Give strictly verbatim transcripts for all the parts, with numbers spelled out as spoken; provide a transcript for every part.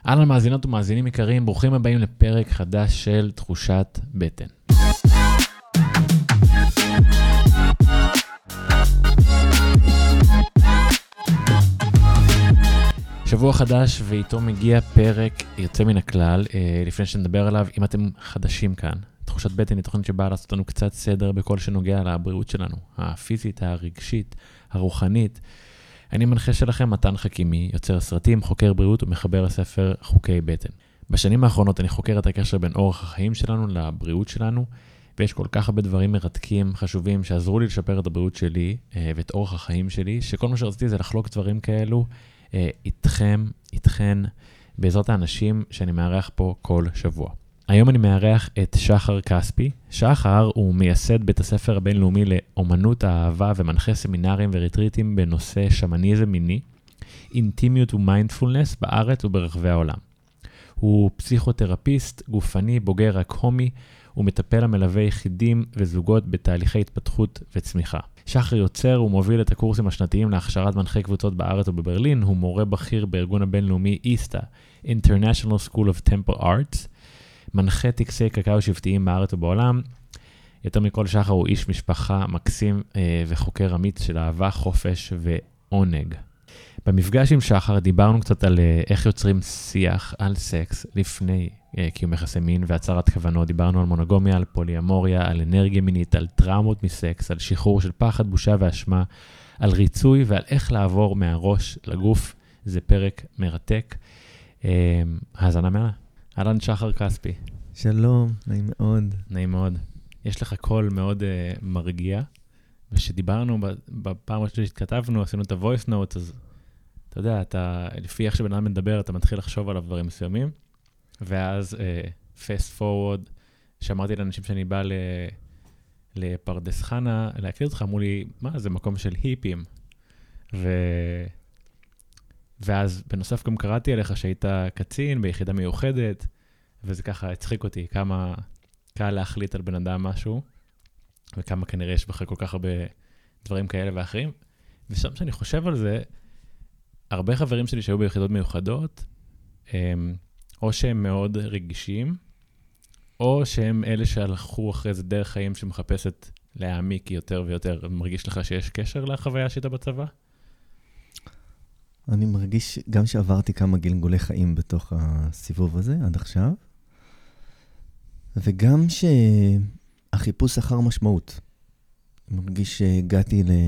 אהלן מאזינות ומאזינים יקרים, ברוכים הבאים לפרק חדש של תחושת בטן. שבוע חדש ואיתו מגיע פרק יוצא מן הכלל. לפני שנדבר עליו, אם אתם חדשים כאן, תחושת בטן היא תוכנית שבאה לעשות לנו קצת סדר בכל שנוגע לבריאות שלנו, הפיזית, הרגשית, הרוחנית. אני מנחה שלכם מתן חכימי, יוצר סרטים, חוקר בריאות ומחבר הספר חוקי בטן. בשנים האחרונות אני חוקר את הקשר בין אורח החיים שלנו לבריאות שלנו, ויש כל כך הרבה דברים מרתקים, חשובים, שעזרו לי לשפר את הבריאות שלי ואת אורח החיים שלי, שכל מה שרציתי זה לחלוק דברים כאלו איתכם, איתכן, בעזרת האנשים שאני מארח פה כל שבוע. היום אני מארח את שחר כספי. שחר הוא מייסד בית הספר הבינלאומי לאומנות האהבה ומנחה סמינרים וריטריטים בנושא שמניזם מיני, אינטימיות ומיינדפולנס בארץ וברחבי העולם. הוא פסיכותרפיסט, גופני, בוגר הקומי, ומטפל המלווה יחידים וזוגות בתהליכי התפתחות וצמיחה. שחר יוצר ומוביל את הקורסים השנתיים להכשרת מנחי קבוצות בארץ ובברלין, הוא מורה בכיר בארגון הבינלאומי איסטה, International School of Temple Arts, מנחה טקסי קקאו שבטיים בארץ ובעולם. יותר מכל, שחר הוא איש משפחה מקסים אה, וחוקר אמיץ של אהבה, חופש ועונג. במפגש עם שחר דיברנו קצת על אה, איך יוצרים שיח על סקס לפני אה, קיום יחסי מין והצהרת כוונות. דיברנו על מונוגמיה, על פוליאמוריה, על אנרגיה מינית, על טראומות מסקס, על שחרור של פחד, בושה ואשמה, על ריצוי ועל איך לעבור מהראש לגוף. זה פרק מרתק. אה, האזנה מהנה. אהלן שחר כספי. שלום, נעים מאוד. נעים מאוד. יש לך קול מאוד uh, מרגיע, ושדיברנו בפעם שהתכתבנו, עשינו את ה-voice notes, אז אתה יודע, אתה, לפי איך שבן אדם מדבר, אתה מתחיל לחשוב עליו דברים מסוימים, ואז uh, fast forward, שאמרתי לאנשים שאני בא ל, לפרדס חנה, להקליט אותך, אמרו לי, מה, זה מקום של היפים. ו... ואז בנוסף גם קראתי עליך שהיית קצין ביחידה מיוחדת, וזה ככה הצחיק אותי, כמה קל להחליט על בן אדם משהו, וכמה כנראה יש בך כל כך הרבה דברים כאלה ואחרים. ושם שאני חושב על זה, הרבה חברים שלי שהיו ביחידות מיוחדות, הם, או שהם מאוד רגישים, או שהם אלה שהלכו אחרי זה דרך חיים שמחפשת להעמיק יותר ויותר. מרגיש לך שיש קשר לחוויה שהייתה בצבא? אני מרגיש גם שעברתי כמה גלגולי חיים בתוך הסיבוב הזה עד עכשיו, וגם שהחיפוש אחר משמעות. אני מרגיש שהגעתי ל...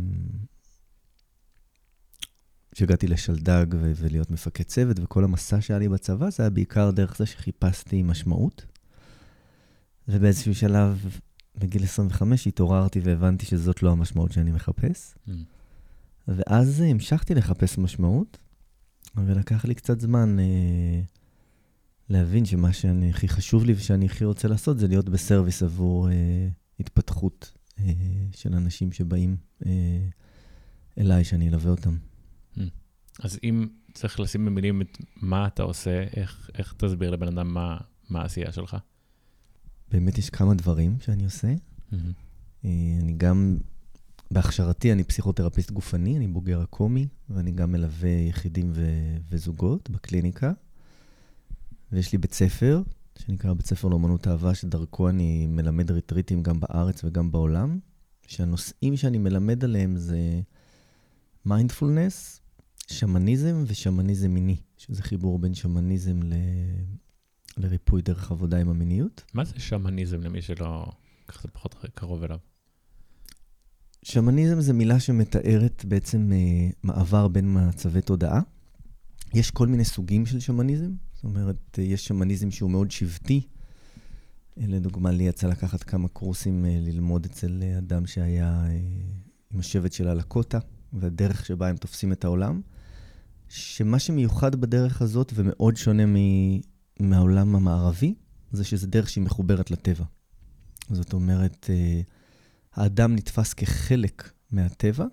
שהגעתי לשלדג ו... ולהיות מפקד צוות, וכל המסע שהיה לי בצבא, זה היה בעיקר דרך זה שחיפשתי משמעות. ובאיזשהו שלב, בגיל עשרים וחמש, התעוררתי והבנתי שזאת לא המשמעות שאני מחפש. Mm. ואז המשכתי לחפש משמעות, ולקח לי קצת זמן אה, להבין שמה שאני הכי חשוב לי ושאני הכי רוצה לעשות, זה להיות בסרוויס עבור אה, התפתחות אה, של אנשים שבאים אה, אליי, שאני אלווה אותם. אז אם צריך לשים במילים את מה אתה עושה, איך, איך תסביר לבן אדם מה, מה העשייה שלך? באמת יש כמה דברים שאני עושה. Mm-hmm. אה, אני גם... בהכשרתי אני פסיכותרפיסט גופני, אני בוגר הקומי, ואני גם מלווה יחידים ו- וזוגות בקליניקה. ויש לי בית ספר, שנקרא בית ספר לאומנות אהבה, שדרכו אני מלמד ריטריטים גם בארץ וגם בעולם, שהנושאים שאני מלמד עליהם זה מיינדפולנס, שמניזם ושמניזם מיני, שזה חיבור בין שמניזם ל... לריפוי דרך עבודה עם המיניות. מה זה שמניזם למי שלא, ככה זה פחות קרוב אליו? שמניזם זה מילה שמתארת בעצם אה, מעבר בין מצבי תודעה. יש כל מיני סוגים של שמניזם. זאת אומרת, אה, יש שמניזם שהוא מאוד שבטי. אה, לדוגמה, לי יצא לקחת כמה קורסים אה, ללמוד אצל אה, אדם שהיה אה, עם השבט של הלקוטה, והדרך שבה הם תופסים את העולם. שמה שמיוחד בדרך הזאת ומאוד שונה מ- מהעולם המערבי, זה שזה דרך שהיא מחוברת לטבע. זאת אומרת... אה, האדם נתפס כחלק מהטבע,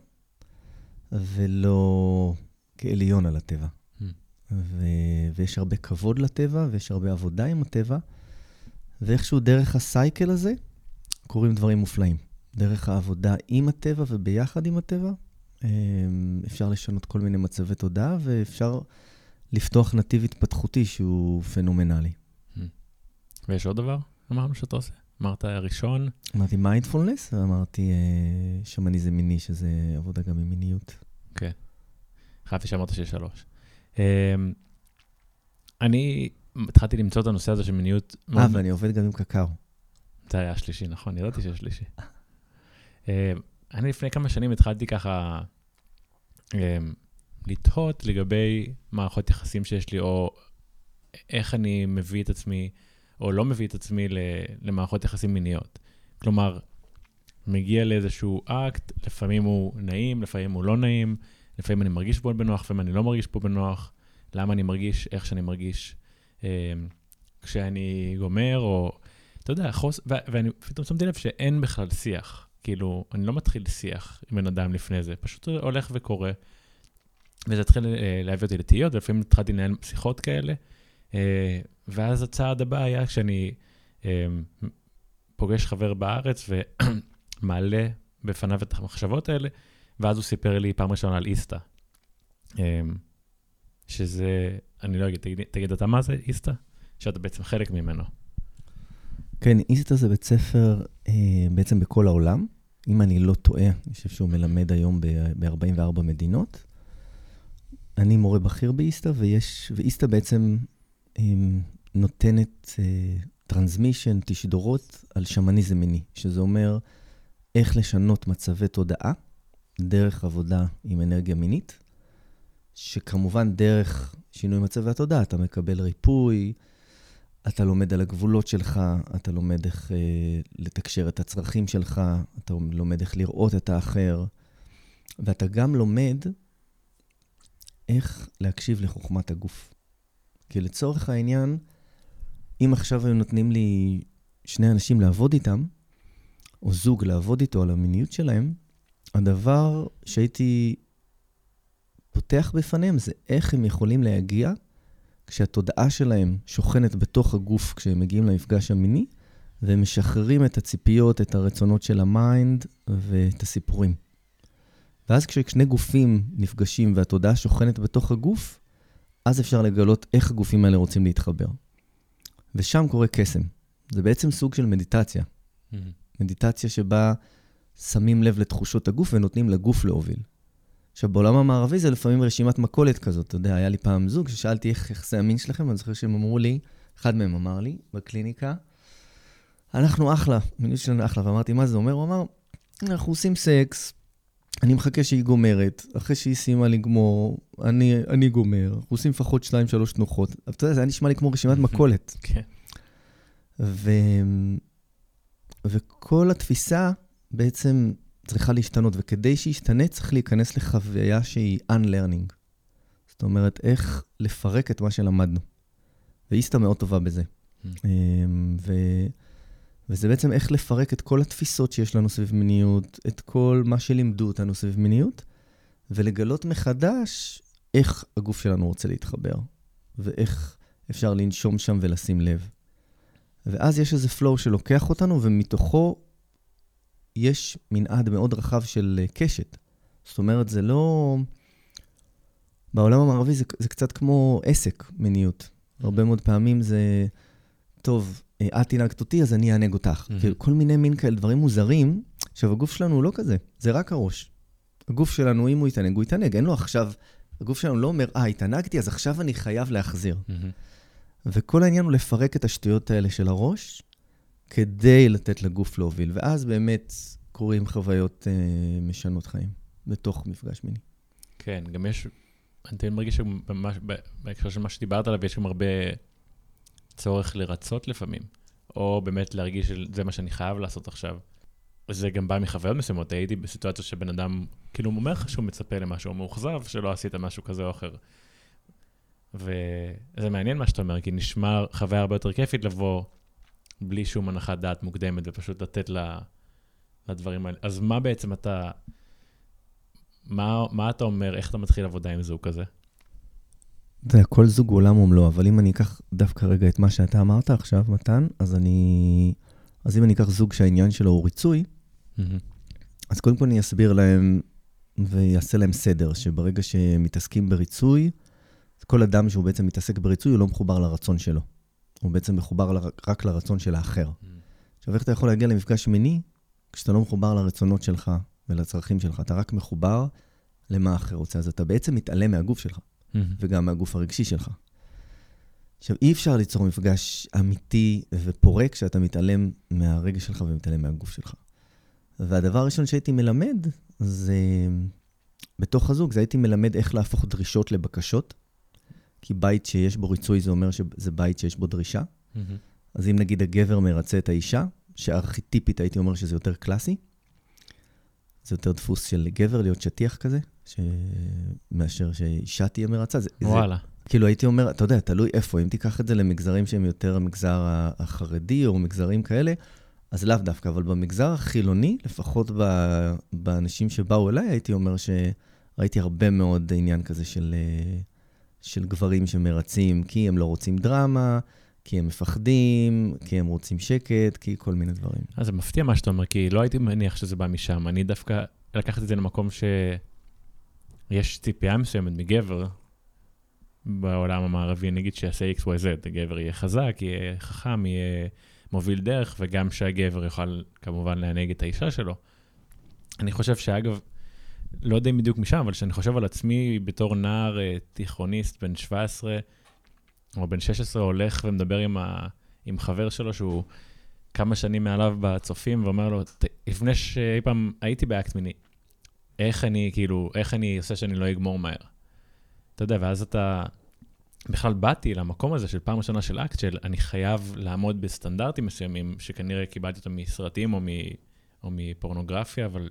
ולא כעליון על הטבע. Mm. ו... ויש הרבה כבוד לטבע, ויש הרבה עבודה עם הטבע, ואיכשהו דרך הסייקל הזה, קורים דברים מופלאים. דרך העבודה עם הטבע וביחד עם הטבע, אפשר לשנות כל מיני מצבי תודעה, ואפשר לפתוח נתיב התפתחותי שהוא פנומנלי. ויש עוד דבר? אמרנו שאתה עושה? אמרת הראשון? אמרתי מיינדפולנס, ואמרתי אה, שמניזם מיני, שזה עבודה גם עם מיניות. כן. חייבתי שאמרת שיש שלוש. אה, אני התחלתי למצוא את הנושא הזה של מיניות. אה, ואני עובד גם עם קקאו. זה היה השלישי, נכון, ידעתי שיש שלישי. אה, אני לפני כמה שנים התחלתי ככה אה, לתהות לגבי מערכות יחסים שיש לי, או איך אני מביא את עצמי, או לא מביא את עצמי למערכות יחסים מיניות. כלומר, מגיע לאיזשהו אקט, לפעמים הוא נעים, לפעמים הוא לא נעים, לפעמים אני מרגיש פה בנוח, לפעמים אני לא מרגיש פה בנוח, למה אני מרגיש, איך שאני מרגיש אה, כשאני גומר, או, אתה יודע, חוס, ו- ואני פתאום שמתי לב שאין בכלל שיח. כאילו, אני לא מתחיל שיח עם בן אדם לפני זה, פשוט הולך וקורה, וזה התחיל אה, להביא אותי לתהיות, ולפעמים התחלתי לנהל שיחות כאלה, אה, ואז הצעד הבא היה כשאני אה, פוגש חבר בארץ ומעלה בפניו את המחשבות האלה, ואז הוא סיפר לי פעם ראשונה על איסטה. אה, שזה, אני לא אגיד, תגיד, תגיד אתה מה זה איסטה? שאתה בעצם חלק ממנו. כן, איסטה זה בית ספר אה, בעצם בכל העולם. אם אני לא טועה, אני חושב שהוא מלמד היום ב-ארבעים וארבע מדינות. אני מורה בכיר באיסטה, ויש, ואיסטה בעצם אה, נותנת טרנסמישן, אה, תשדורות על שמניזם מיני, שזה אומר איך לשנות מצבי תודעה, דרך עבודה עם אנרגיה מינית, שכמובן דרך שינוי מצבי התודעה, אתה מקבל ריפוי, אתה לומד על הגבולות שלך, אתה לומד איך אה, לתקשר את הצרכים שלך, אתה לומד איך לראות את האחר, ואתה גם לומד איך להקשיב לחוכמת הגוף. כי לצורך העניין, אם עכשיו היו נותנים לי שני אנשים לעבוד איתם, או זוג לעבוד איתו על המיניות שלהם, הדבר שהייתי פותח בפניהם זה איך הם יכולים להגיע כשהתודעה שלהם שוכנת בתוך הגוף כשהם מגיעים למפגש המיני, והם משחררים את הציפיות, את הרצונות של המיינד ואת הסיפורים. ואז כששני גופים נפגשים והתודעה שוכנת בתוך הגוף, אז אפשר לגלות איך הגופים האלה רוצים להתחבר. ושם קורה קסם. זה בעצם סוג של מדיטציה. Mm-hmm. מדיטציה שבה שמים לב לתחושות הגוף ונותנים לגוף להוביל. עכשיו, בעולם המערבי זה לפעמים רשימת מכולת כזאת. אתה יודע, היה לי פעם זוג ששאלתי איך יחסי המין שלכם, אני זוכר שהם אמרו לי, אחד מהם אמר לי בקליניקה, אנחנו אחלה, מיניות שלנו אחלה, ואמרתי, מה זה אומר? הוא אמר, אנחנו עושים סקס, אני מחכה שהיא גומרת, אחרי שהיא סיימה לגמור, אני, אני גומר, אנחנו עושים לפחות שתיים, שלוש תנוחות. אבל אתה יודע, זה היה נשמע לי כמו רשימת מכולת. כן. ו... וכל התפיסה בעצם צריכה להשתנות, וכדי שישתנה צריך להיכנס לחוויה שהיא unlearning. זאת אומרת, איך לפרק את מה שלמדנו. ואיסטה מאוד טובה בזה. ו... וזה בעצם איך לפרק את כל התפיסות שיש לנו סביב מיניות, את כל מה שלימדו אותנו סביב מיניות, ולגלות מחדש איך הגוף שלנו רוצה להתחבר, ואיך אפשר לנשום שם ולשים לב. ואז יש איזה flow שלוקח אותנו, ומתוכו יש מנעד מאוד רחב של קשת. זאת אומרת, זה לא... בעולם המערבי זה, זה קצת כמו עסק, מיניות. הרבה מאוד פעמים זה, טוב, את תנהגת אותי, אז אני אענג אותך. Mm-hmm. כל מיני מין כאלה דברים מוזרים. עכשיו, הגוף שלנו הוא לא כזה, זה רק הראש. הגוף שלנו, אם הוא יתענג, הוא יתענג. אין לו עכשיו, הגוף שלנו לא אומר, אה, התענגתי, אז עכשיו אני חייב להחזיר. Mm-hmm. וכל העניין הוא לפרק את השטויות האלה של הראש, כדי לתת לגוף להוביל. ואז באמת קוראים חוויות אה, משנות חיים, בתוך מפגש מיני. כן, גם יש, אני תמיד מרגיש שבהקשר של מה שדיברת עליו, יש גם הרבה צורך לרצות לפעמים, או באמת להרגיש שזה מה שאני חייב לעשות עכשיו. זה גם בא מחוויות מסוימות. הייתי בסיטואציה שבן אדם, כאילו הוא אומר לך שהוא מצפה למשהו, הוא מאוכזב שלא עשית משהו כזה או אחר. וזה מעניין מה שאתה אומר, כי נשמע חוויה הרבה יותר כיפית לבוא בלי שום הנחת דעת מוקדמת, ופשוט לתת לדברים האלה. אז מה בעצם אתה, מה, מה אתה אומר, איך אתה מתחיל עבודה עם זוג כזה? זה הכל זוג עולם ומלוא, אבל אם אני אקח דווקא רגע את מה שאתה אמרת עכשיו, מתן, אז אני, אז אם אני אקח זוג שהעניין שלו הוא ריצוי, mm-hmm. אז קודם כל אני אסביר להם ויעשה להם סדר, שברגע שמתעסקים בריצוי, כל אדם שהוא בעצם מתעסק בריצוי, הוא לא מחובר לרצון שלו. הוא בעצם מחובר ל- רק לרצון של האחר. Mm. עכשיו, איך אתה יכול להגיע למפגש מיני, כשאתה לא מחובר לרצונות שלך ולצרכים שלך, אתה רק מחובר למה האחר רוצה, אז אתה בעצם מתעלם מהגוף שלך, mm-hmm. וגם מהגוף הרגשי שלך. עכשיו, אי אפשר ליצור מפגש אמיתי ופורק, כשאתה מתעלם מהרגש שלך ומתעלם מהגוף שלך. והדבר הראשון שהייתי מלמד, זה בתוך הזוג, זה הייתי מלמד איך להפוך דרישות לבקשות, כי בית שיש בו ריצוי, זה אומר שזה בית שיש בו דרישה. Mm-hmm. אז אם נגיד הגבר מרצה את האישה, שארכיטיפית הייתי אומר שזה יותר קלאסי, זה יותר דפוס של גבר להיות שטיח כזה, ש... מאשר שאישה תהיה מרצה. זה, וואלה. זה, כאילו הייתי אומר, אתה יודע, תלוי איפה, אם תיקח את זה למגזרים שהם יותר המגזר החרדי או מגזרים כאלה, אז לאו דווקא, אבל במגזר החילוני, לפחות ב... באנשים שבאו אליי, הייתי אומר שראיתי הרבה מאוד עניין כזה של, של גברים שמרצים, כי הם לא רוצים דרמה, כי הם מפחדים, כי הם רוצים שקט, כי כל מיני דברים. אז זה מפתיע מה שאתה אומר, כי לא הייתי מניח שזה בא משם. אני דווקא לקחת את זה למקום שיש ציפייה מסוימת מגבר בעולם המערבי, נגיד שיעשה אקס וואי זד, הגבר יהיה חזק, יהיה חכם, יהיה מוביל דרך, וגם שהגבר יוכל כמובן להנהיג את האישה שלו. אני חושב שאגב, לא יודע בדיוק משם, אבל שאני חושב על עצמי בתור נער תיכוניסט בן שבע עשרה, או בן שש עשרה הולך ומדבר עם, ה... עם חבר שלו שהוא כמה שנים מעליו בצופים, ואומר לו, לפני שאי פעם הייתי באקט מיני, איך אני, כאילו, איך אני עושה שאני לא אגמור מהר? אתה יודע, ואז אתה, בכלל באתי למקום הזה של פעם ראשונה של אקט, של אני חייב לעמוד בסטנדרטים מסוימים, שכנראה קיבלתי אותם מסרטים או, מ... או מפורנוגרפיה, אבל...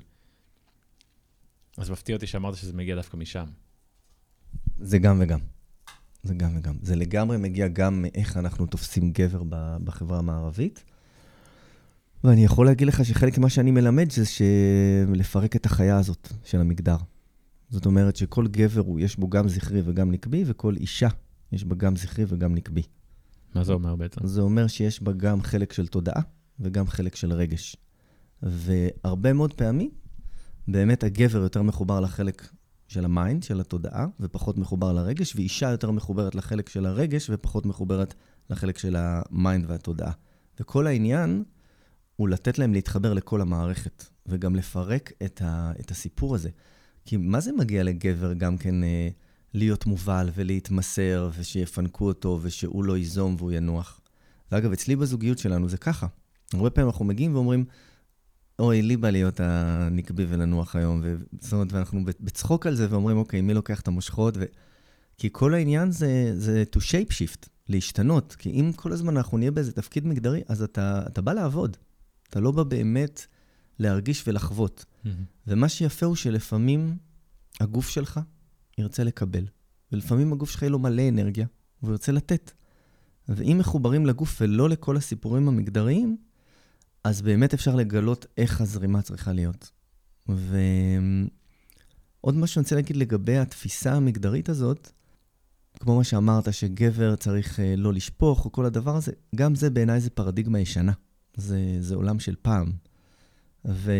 אז מפתיע אותי שאמרת שזה מגיע דווקא משם. זה גם וגם. זה גם וגם. זה לגמרי מגיע גם מאיך אנחנו תופסים גבר בחברה המערבית. ואני יכול להגיד לך שחלק ממה שאני מלמד זה לפרק את החיה הזאת של המגדר. זאת אומרת שכל גבר הוא, יש בו גם זכרי וגם נקבי, וכל אישה יש בה גם זכרי וגם נקבי. מה זה אומר בעצם? זה אומר שיש בה גם חלק של תודעה וגם חלק של רגש. והרבה מאוד פעמים, באמת הגבר יותר מחובר לחלק של המיינד, של התודעה, ופחות מחובר לרגש, ואישה יותר מחוברת לחלק של הרגש, ופחות מחוברת לחלק של המיינד והתודעה. וכל העניין הוא לתת להם להתחבר לכל המערכת, וגם לפרק את, ה, את הסיפור הזה. כי מה זה מגיע לגבר גם כן אה, להיות מובל ולהתמסר, ושיפנקו אותו, ושהוא לא ייזום והוא ינוח? ואגב, אצלי בזוגיות שלנו זה ככה. הרבה פעמים אנחנו מגיעים ואומרים, אוי, לי בא להיות הנקבי ולנוח היום, וזאת אומרת, ואנחנו בצחוק על זה, ואומרים, אוקיי, מי לוקח את המושכות? ו... כי כל העניין זה, זה to shape shift, להשתנות, כי אם כל הזמן אנחנו נהיה באיזה תפקיד מגדרי, אז אתה, אתה בא לעבוד. אתה לא בא באמת להרגיש ולחוות. Mm-hmm. ומה שיפה הוא שלפעמים הגוף שלך ירצה לקבל, ולפעמים הגוף שלך יהיה לו מלא אנרגיה, והוא ירצה לתת. ואם מחוברים לגוף ולא לכל הסיפורים המגדריים, אז באמת אפשר לגלות איך הזרימה צריכה להיות. ועוד מה שאני רוצה להגיד לגבי התפיסה המגדרית הזאת, כמו מה שאמרת, שגבר צריך לא לשפוך, או כל הדבר הזה, גם זה בעיניי זה פרדיגמה ישנה. זה, זה עולם של פעם. ו...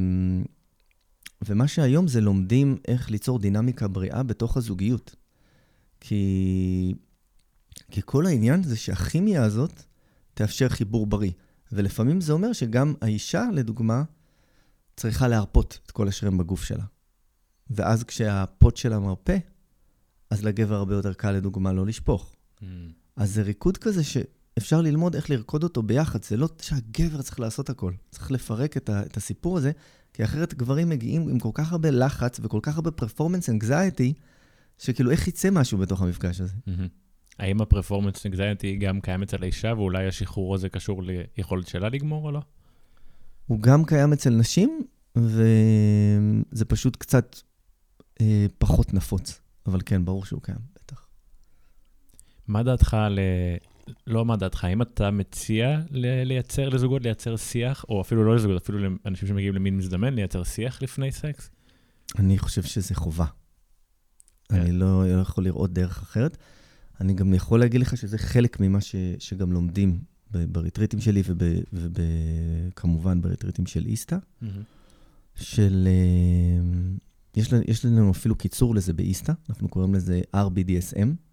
ומה שהיום זה לומדים איך ליצור דינמיקה בריאה בתוך הזוגיות. כי, כי כל העניין זה שהכימיה הזאת תאפשר חיבור בריא. ולפעמים זה אומר שגם האישה, לדוגמה, צריכה להרפות את כל השרם בגוף שלה. ואז כשהפוט שלה מרפא, אז לגבר הרבה יותר קל, לדוגמה, לא לשפוך. Mm. אז זה ריקוד כזה שאפשר ללמוד איך לרקוד אותו ביחד. זה לא שהגבר צריך לעשות הכל. צריך לפרק את, ה- את הסיפור הזה, כי אחרת גברים מגיעים עם כל כך הרבה לחץ וכל כך הרבה performance anxiety, שכאילו איך יצא משהו בתוך המפגש הזה. Mm-hmm. האם הפרפורמנס אנגזייטי גם קיים אצל האישה, ואולי השחרור הזה קשור ליכולת שלה לגמור או לא? הוא גם קיים אצל נשים, וזה פשוט קצת אה, פחות נפוץ. אבל כן, ברור שהוא קיים, בטח. מה דעתך ל... לא מה דעתך, האם אתה מציע ל... לייצר לזוגות, לייצר שיח, או אפילו לא לזוגות, אפילו לאנשים שמגיעים למין מזדמן, לייצר שיח לפני סקס? אני חושב שזה חובה. Yeah. אני לא, לא יכול לראות דרך אחרת. אני גם יכול להגיד לך שזה חלק ממה ש, שגם לומדים בריטריטים שלי, וכמובן בריטריטים של איסטה, mm-hmm. של, יש לנו, יש לנו אפילו קיצור לזה באיסטה, אנחנו קוראים לזה אר בי די אס אם,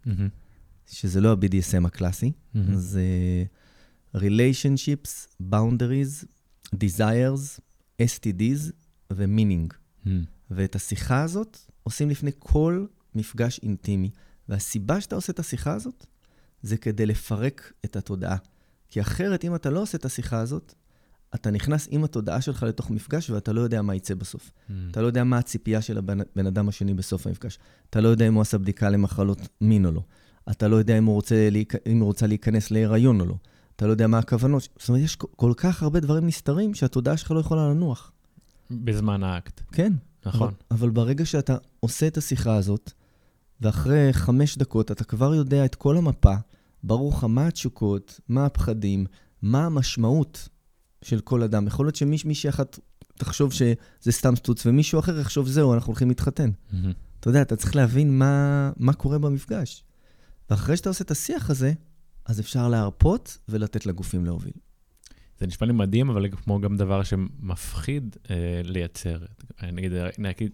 שזה לא ה-בי די אס אם הקלאסי, זה relationships, boundaries, desires, אס טי דיז ו-meaning. ואת השיחה הזאת עושים לפני כל מפגש אינטימי. והסיבה שאתה עושה את השיחה הזאת, זה כדי לפרק את התודעה. כי אחרת, אם אתה לא עושה את השיחה הזאת, אתה נכנס עם התודעה שלך לתוך מפגש, ואתה לא יודע מה יצא בסוף. Mm. אתה לא יודע מה הציפייה של הבן אדם השני בסוף המפגש. אתה לא יודע אם הוא עשה בדיקה למחלות מין או לא. אתה לא יודע אם הוא רוצה, אם הוא רוצה להיכנס להיריון או לא. אתה לא יודע מה הכוונות. זאת אומרת, יש כל כך הרבה דברים נסתרים, שהתודעה שלך לא יכולה לנוח. בזמן האקט. כן. נכון. אבל, אבל ברגע שאתה עושה את השיחה הזאת, ואחרי חמש דקות אתה כבר יודע את כל המפה, ברור לך מה התשוקות, מה הפחדים, מה המשמעות של כל אדם. יכול להיות שמישהי אחת תחשוב שזה סתם סטוץ, ומישהו אחר יחשוב זהו, אנחנו הולכים להתחתן. Mm-hmm. אתה יודע, אתה צריך להבין מה, מה קורה במפגש. ואחרי שאתה עושה את השיח הזה, אז אפשר להרפות ולתת לגופים להוביל. זה נשמע לי מדהים, אבל כמו גם דבר שמפחיד אה, לייצר. נגיד, נגיד,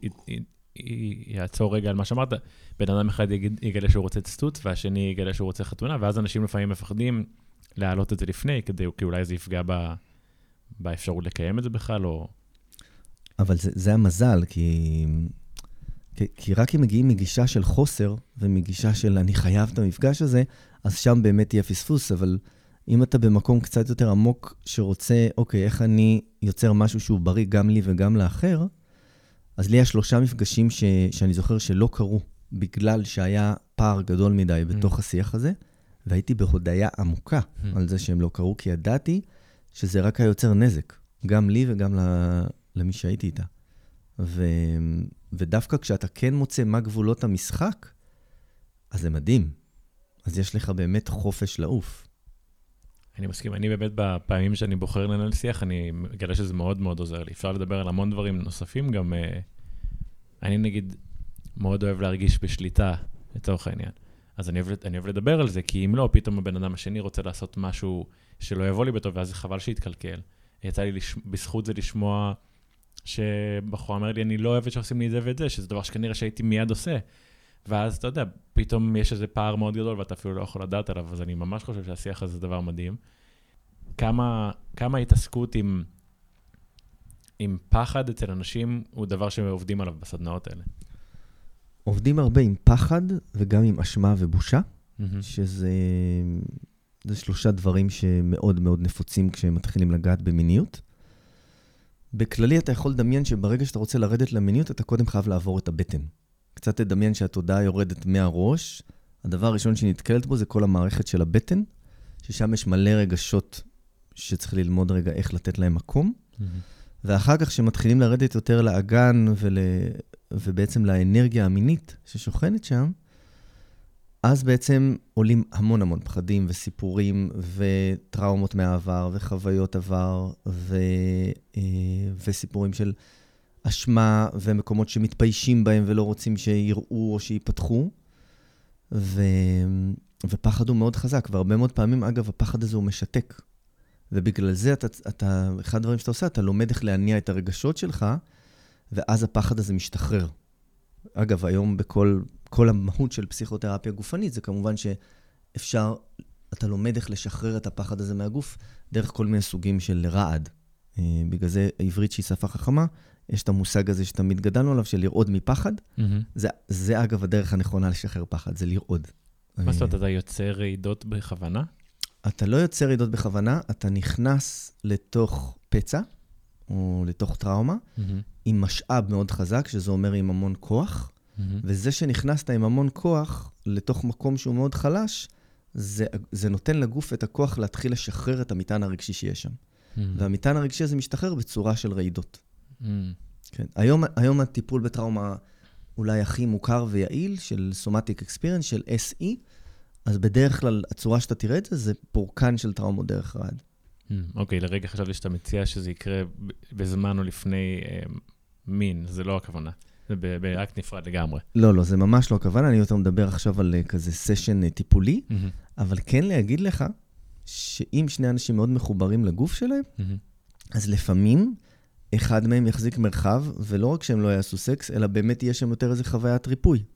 יעצור רגע על מה שאמרת, בן אדם אחד יגלה שהוא רוצה סטוץ, והשני יגלה שהוא רוצה חתונה, ואז אנשים לפעמים מפחדים להעלות את זה לפני, כדי, כי אולי זה יפגע ב, באפשרות לקיים את זה בכלל, או... אבל זה, זה המזל, כי, כי, כי רק אם מגיעים מגישה של חוסר, ומגישה של אני חייב את המפגש הזה, אז שם באמת יהיה פספוס, אבל אם אתה במקום קצת יותר עמוק, שרוצה, אוקיי, איך אני יוצר משהו שהוא בריא גם לי וגם לאחר, אז לי יש שלושה מפגשים ש, שאני זוכר שלא קרו, בגלל שהיה פער גדול מדי בתוך mm. השיח הזה, והייתי בהודעה עמוקה mm. על זה שהם לא קרו, כי ידעתי שזה רק היוצר נזק, גם לי וגם למי שהייתי איתה. ו, ודווקא כשאתה כן מוצא מה גבולות המשחק, אז זה מדהים. אז יש לך באמת חופש לעוף. אני מסכים, אני באמת בפעמים שאני בוחר לנהל שיח, אני מגלה שזה מאוד מאוד עוזר לי. אפשר לדבר על המון דברים נוספים, גם אני נגיד מאוד אוהב להרגיש בשליטה לצורך העניין. אז אני אוהב, אני אוהב לדבר על זה, כי אם לא, פתאום הבן אדם השני רוצה לעשות משהו שלא יבוא לי בטוב, ואז זה חבל שיתקלקל. יצא לי לש... בזכות זה לשמוע שבחור אמר לי, אני לא אוהבת שעושים לי את זה ואת זה, שזה דבר שכנראה שהייתי מיד עושה. ואז אתה יודע, פתאום יש איזה פער מאוד גדול, ואתה אפילו לא יכול לדעת עליו, אז אני ממש חושב שהשיח הזה זה דבר מדהים. כמה, כמה התעסקות עם, עם פחד אצל אנשים, הוא דבר שעובדים עליו בסדנאות האלה. עובדים הרבה עם פחד, וגם עם אשמה ובושה, mm-hmm. שזה זה שלושה דברים שמאוד מאוד נפוצים כשהם מתחילים לגעת במיניות. בכללי אתה יכול לדמיין שברגע שאתה רוצה לרדת למיניות, אתה קודם חייב לעבור את הבטן. קצת תדמיין שהתודעה יורדת מהראש, הדבר הראשון שנתקלת בו זה כל המערכת של הבטן, ששם יש מלא רגשות שצריך ללמוד רגע איך לתת להם מקום, mm-hmm. ואחר כך שמתחילים לרדת יותר לאגן ול... ובעצם לאנרגיה המינית ששוכנת שם, אז בעצם עולים המון המון פחדים וסיפורים וטראומות מהעבר וחוויות עבר ו... וסיפורים של אשמה ומקומות שמתביישים בהם ולא רוצים שיראו או שיפתחו. ו... ופחד הוא מאוד חזק, והרבה מאוד פעמים, אגב, הפחד הזה הוא משתק. ובגלל זה, אתה, אתה, אחד הדברים שאתה עושה, אתה לומד איך להניע את הרגשות שלך, ואז הפחד הזה משתחרר. אגב, היום בכל כל המהות של פסיכותרפיה גופנית, זה כמובן שאפשר, אתה לומד איך לשחרר את הפחד הזה מהגוף, דרך כל מיני סוגים של רעד. בגלל זה, העברית שהיא שפה חכמה, יש את המושג הזה שתמיד גדלנו עליו, של לרעוד מפחד. Mm-hmm. זה, זה אגב הדרך הנכונה לשחרר פחד, זה לרעוד. מה זאת אומרת, אתה יוצר רעידות בכוונה? אתה לא יוצר רעידות בכוונה, אתה נכנס לתוך פצע, או לתוך טראומה, mm-hmm. עם משאב מאוד חזק, שזה אומר עם המון כוח, mm-hmm. וזה שנכנסת עם המון כוח, לתוך מקום שהוא מאוד חלש, זה, זה נותן לגוף את הכוח להתחיל לשחרר את המטען הרגשי שיש שם. Mm-hmm. והמטען הרגשי הזה משתחרר בצורה של רעידות. Mm-hmm. כן. היום, היום הטיפול בטראומה אולי הכי מוכר ויעיל, של Somatic Experience, של אס אי, אז בדרך כלל הצורה שאתה תראה את זה, זה פורקן של טראומות דרך רעד. אוקיי, לרגע חשבתי שאתה מציע שזה יקרה בזמן או לפני מין, זה לא הכוונה. זה באקט נפרד לגמרי. לא, לא, זה ממש לא הכוונה. אני יותר מדבר עכשיו על כזה סשן טיפולי, אבל כן להגיד לך, שאם שני אנשים מאוד מחוברים לגוף שלהם, אז לפעמים אחד מהם יחזיק מרחב, ולא רק שהם לא יעשו סקס, אלא באמת יהיה שם יותר איזה חוויית ריפוי.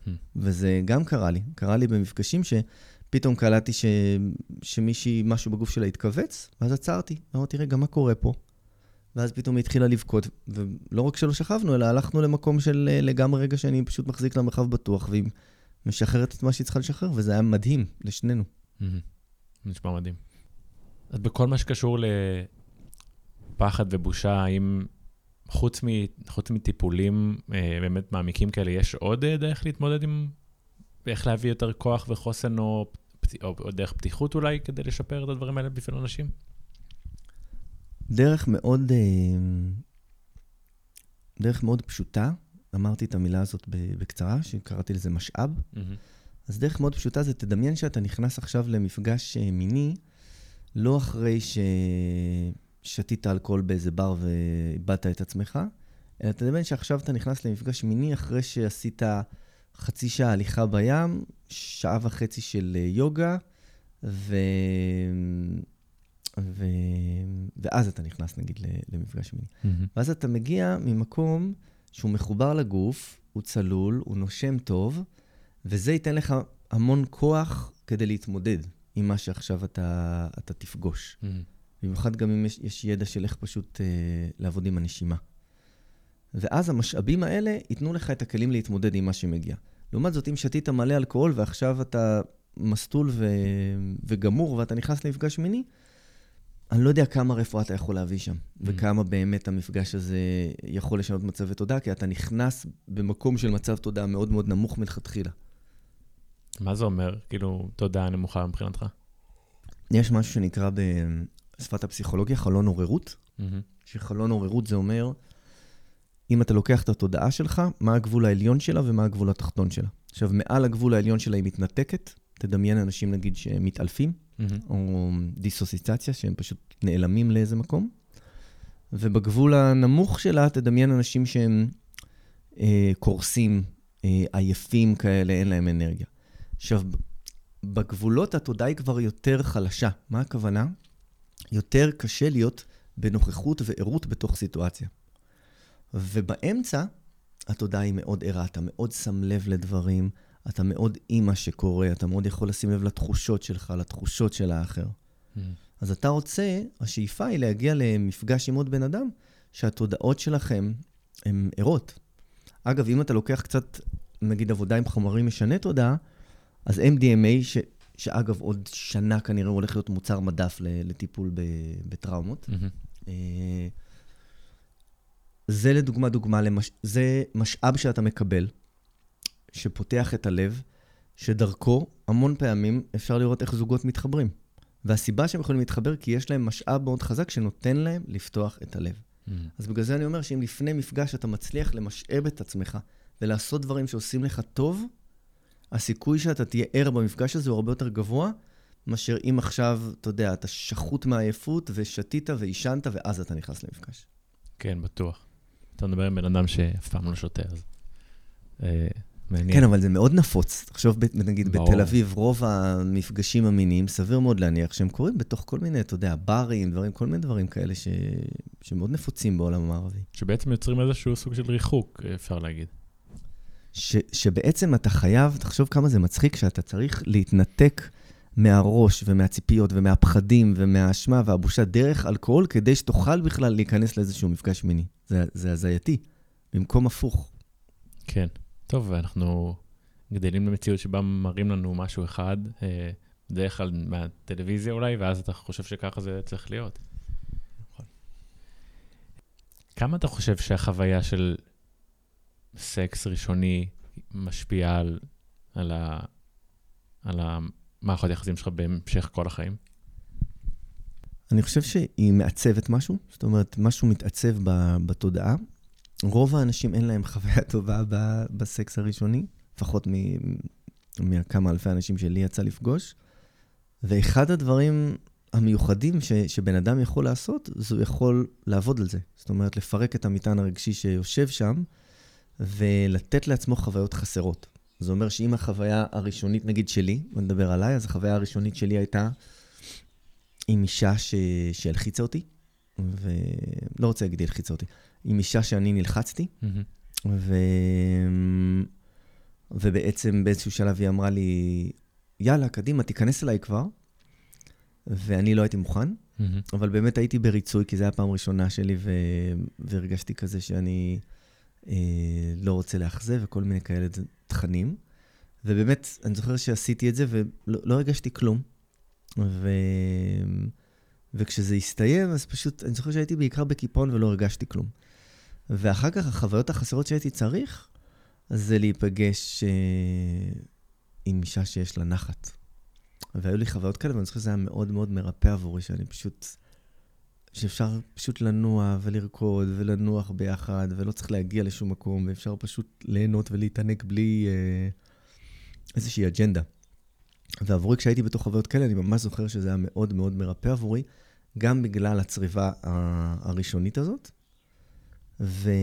וזה גם קרה לי. קרה לי במפגשים שפתאום קלטתי ש... שמישהי, משהו בגוף שלה התכווץ, ואז עצרתי. אמרתי, רגע, מה קורה פה? ואז פתאום היא התחילה לבכות, ולא רק שלא שכבנו, אלא הלכנו למקום של לגמרי רגע שאני פשוט מחזיק לה מרחב בטוח, והיא משחררת את מה שהיא צריכה לשחרר, וזה היה מדהים לשנינו. נשמע מדהים. אז בכל מה שקשור לפחד ובושה, האם חוץ, מ, חוץ מטיפולים באמת מעמיקים כאלה, יש עוד דרך להתמודד עם, איך להביא יותר כוח וחוסן, או, או, או דרך פתיחות אולי, כדי לשפר את הדברים האלה בפני אנשים? דרך מאוד, דרך מאוד פשוטה, אמרתי את המילה הזאת בקצרה, שקראתי לזה משאב. Mm-hmm. אז דרך מאוד פשוטה זה, תדמיין שאתה נכנס עכשיו למפגש מיני, לא אחרי ששתית אלכוהול באיזה בר ואיבדת את עצמך, אלא תדמיין שעכשיו אתה נכנס למפגש מיני אחרי שעשית חצי שעה הליכה בים, שעה וחצי של יוגה, ו... ו... ואז אתה נכנס, נגיד, למפגש מיני. Mm-hmm. ואז אתה מגיע ממקום שהוא מחובר לגוף, הוא צלול, הוא נושם טוב, וזה ייתן לך המון כוח כדי להתמודד עם מה שעכשיו אתה, אתה תפגוש. Mm-hmm. במיוחד גם אם יש, יש ידע של איך פשוט אה, לעבוד עם הנשימה. ואז המשאבים האלה ייתנו לך את הכלים להתמודד עם מה שמגיע. לעומת זאת, אם שתית מלא אלכוהול ועכשיו אתה מסטול ו... וגמור ואתה נכנס למפגש מיני, אני לא יודע כמה רפואה אתה יכול להביא שם, mm-hmm. וכמה באמת המפגש הזה יכול לשנות מצב תודעה, כי אתה נכנס במקום של מצב תודעה מאוד מאוד נמוך מלכתחילה. מה זה אומר? כאילו, תודעה נמוכה מבחינתך? יש משהו שנקרא בשפת הפסיכולוגיה חלון עוררות, mm-hmm. שחלון עוררות זה אומר, אם אתה לוקח את התודעה שלך, מה הגבול העליון שלה ומה הגבול התחתון שלה. עכשיו, מעל הגבול העליון שלה היא מתנתקת, תדמיין אנשים נגיד שהם מתעלפים, mm-hmm. או דיסוסיצציה, שהם פשוט נעלמים לאיזה מקום. ובגבול הנמוך שלה, תדמיין אנשים שהם אה, קורסים, אה, עייפים כאלה, אין להם אנרגיה. עכשיו, בגבולות התודעה היא כבר יותר חלשה. מה הכוונה? יותר קשה להיות בנוכחות ועירות בתוך סיטואציה. ובאמצע, התודעה היא מאוד ערה, אתה מאוד שם לב לדברים, אתה מאוד עם מה שקורה, אתה מאוד יכול לשים לב לתחושות שלך, לתחושות של האחר. Mm. אז אתה רוצה, השאיפה היא להגיע למפגש עם עוד בן אדם, שהתודעות שלכם הן ערות. אגב, אם אתה לוקח קצת, נגיד, עבודה עם חומרים משנה תודעה, אז אם די אם איי, ש, שאגב, עוד שנה כנראה הולך להיות מוצר מדף לטיפול בטראומות, mm-hmm. זה לדוגמה דוגמה, למש... זה משאב שאתה מקבל, שפותח את הלב, שדרכו המון פעמים אפשר לראות איך זוגות מתחברים. והסיבה שהם יכולים להתחבר, כי יש להם משאב מאוד חזק שנותן להם לפתוח את הלב. Mm. אז בגלל זה אני אומר שאם לפני מפגש אתה מצליח למשאב את עצמך, ולעשות דברים שעושים לך טוב, הסיכוי שאתה תהיה ער במפגש הזה הוא הרבה יותר גבוה, מאשר אם עכשיו, אתה יודע, אתה שחוט מעייפות ושתית וישנת, ואז אתה נכנס למפגש. כן, בטוח. אתה מדבר עם בן אדם שאף פעם לא שותה, אז... מעניין. כן, אבל זה מאוד נפוץ. תחשוב, נגיד, ברור. בתל אביב, רוב המפגשים המיניים, סביר מאוד להניח שהם קורים בתוך כל מיני, אתה יודע, ברים, דברים, כל מיני דברים כאלה ש... שמאוד נפוצים בעולם המערבי. שבעצם יוצרים איזשהו סוג של ריחוק, אפשר להגיד. ש... שבעצם אתה חייב, תחשוב כמה זה מצחיק, שאתה צריך להתנתק מהראש ומהציפיות ומהפחדים ומהאשמה והבושה דרך אלכוהול, כדי שתוכל בכלל להיכנס לאיזשהו מפגש מיני. זה, זה הזייתי, במקום הפוך. כן. טוב, אנחנו גדלים למציאות שבה מראים לנו משהו אחד, בדרך כלל מהטלוויזיה אולי, ואז אתה חושב שככה זה צריך להיות. כמה אתה חושב שהחוויה של סקס ראשוני משפיעה על, על, ה, על המערכות היחסים שלך בהמשך כל החיים? אני חושב שהיא מעצבת משהו, זאת אומרת, משהו מתעצב בתודעה. רוב האנשים אין להם חוויה טובה בסקס הראשוני, לפחות מכמה אלפי אנשים שלי יצא לפגוש. ואחד הדברים המיוחדים ש, שבן אדם יכול לעשות, זה הוא יכול לעבוד על זה. זאת אומרת, לפרק את המטען הרגשי שיושב שם, ולתת לעצמו חוויות חסרות. זה אומר שאם החוויה הראשונית, נגיד שלי, אני מדבר עליי, אז החוויה הראשונית שלי הייתה עם אישה ש... שהלחיצה אותי, ולא רוצה להגיד הלחיצה אותי, עם אישה שאני נלחצתי, mm-hmm. ו... ובעצם באיזשהו שלב היא אמרה לי, יאללה, קדימה, תיכנס אליי כבר. ואני לא הייתי מוכן, mm-hmm. אבל באמת הייתי בריצוי, כי זו הייתה פעם ראשונה שלי, ו... והרגשתי כזה שאני אה, לא רוצה לאכזב, וכל מיני כאלה תכנים. ובאמת, אני זוכר שעשיתי את זה, ולא לא הרגשתי כלום. ו... וכשזה הסתיים, אז פשוט, אני זוכר שהייתי בעיקר בקיפון, ולא הרגשתי כלום. ואחר כך, החוויות החסרות שהייתי צריך, אז זה להיפגש אה, עם אישה שיש לה נחת. והיו לי חוויות כאלה, ואני זוכר שזה היה מאוד מאוד מרפא עבורי, שאני פשוט, שאפשר פשוט לנוע ולרקוד ולנוח ביחד, ולא צריך להגיע לשום מקום, ואפשר פשוט ליהנות ולהתענק בלי אה, איזושהי אג'נדה. ועבורי כשהייתי בתוך חוויות כאלה, אני ממש זוכר שזה היה מאוד מאוד מרפא עבורי, גם בגלל הצריבה הראשונית הזאת. ו...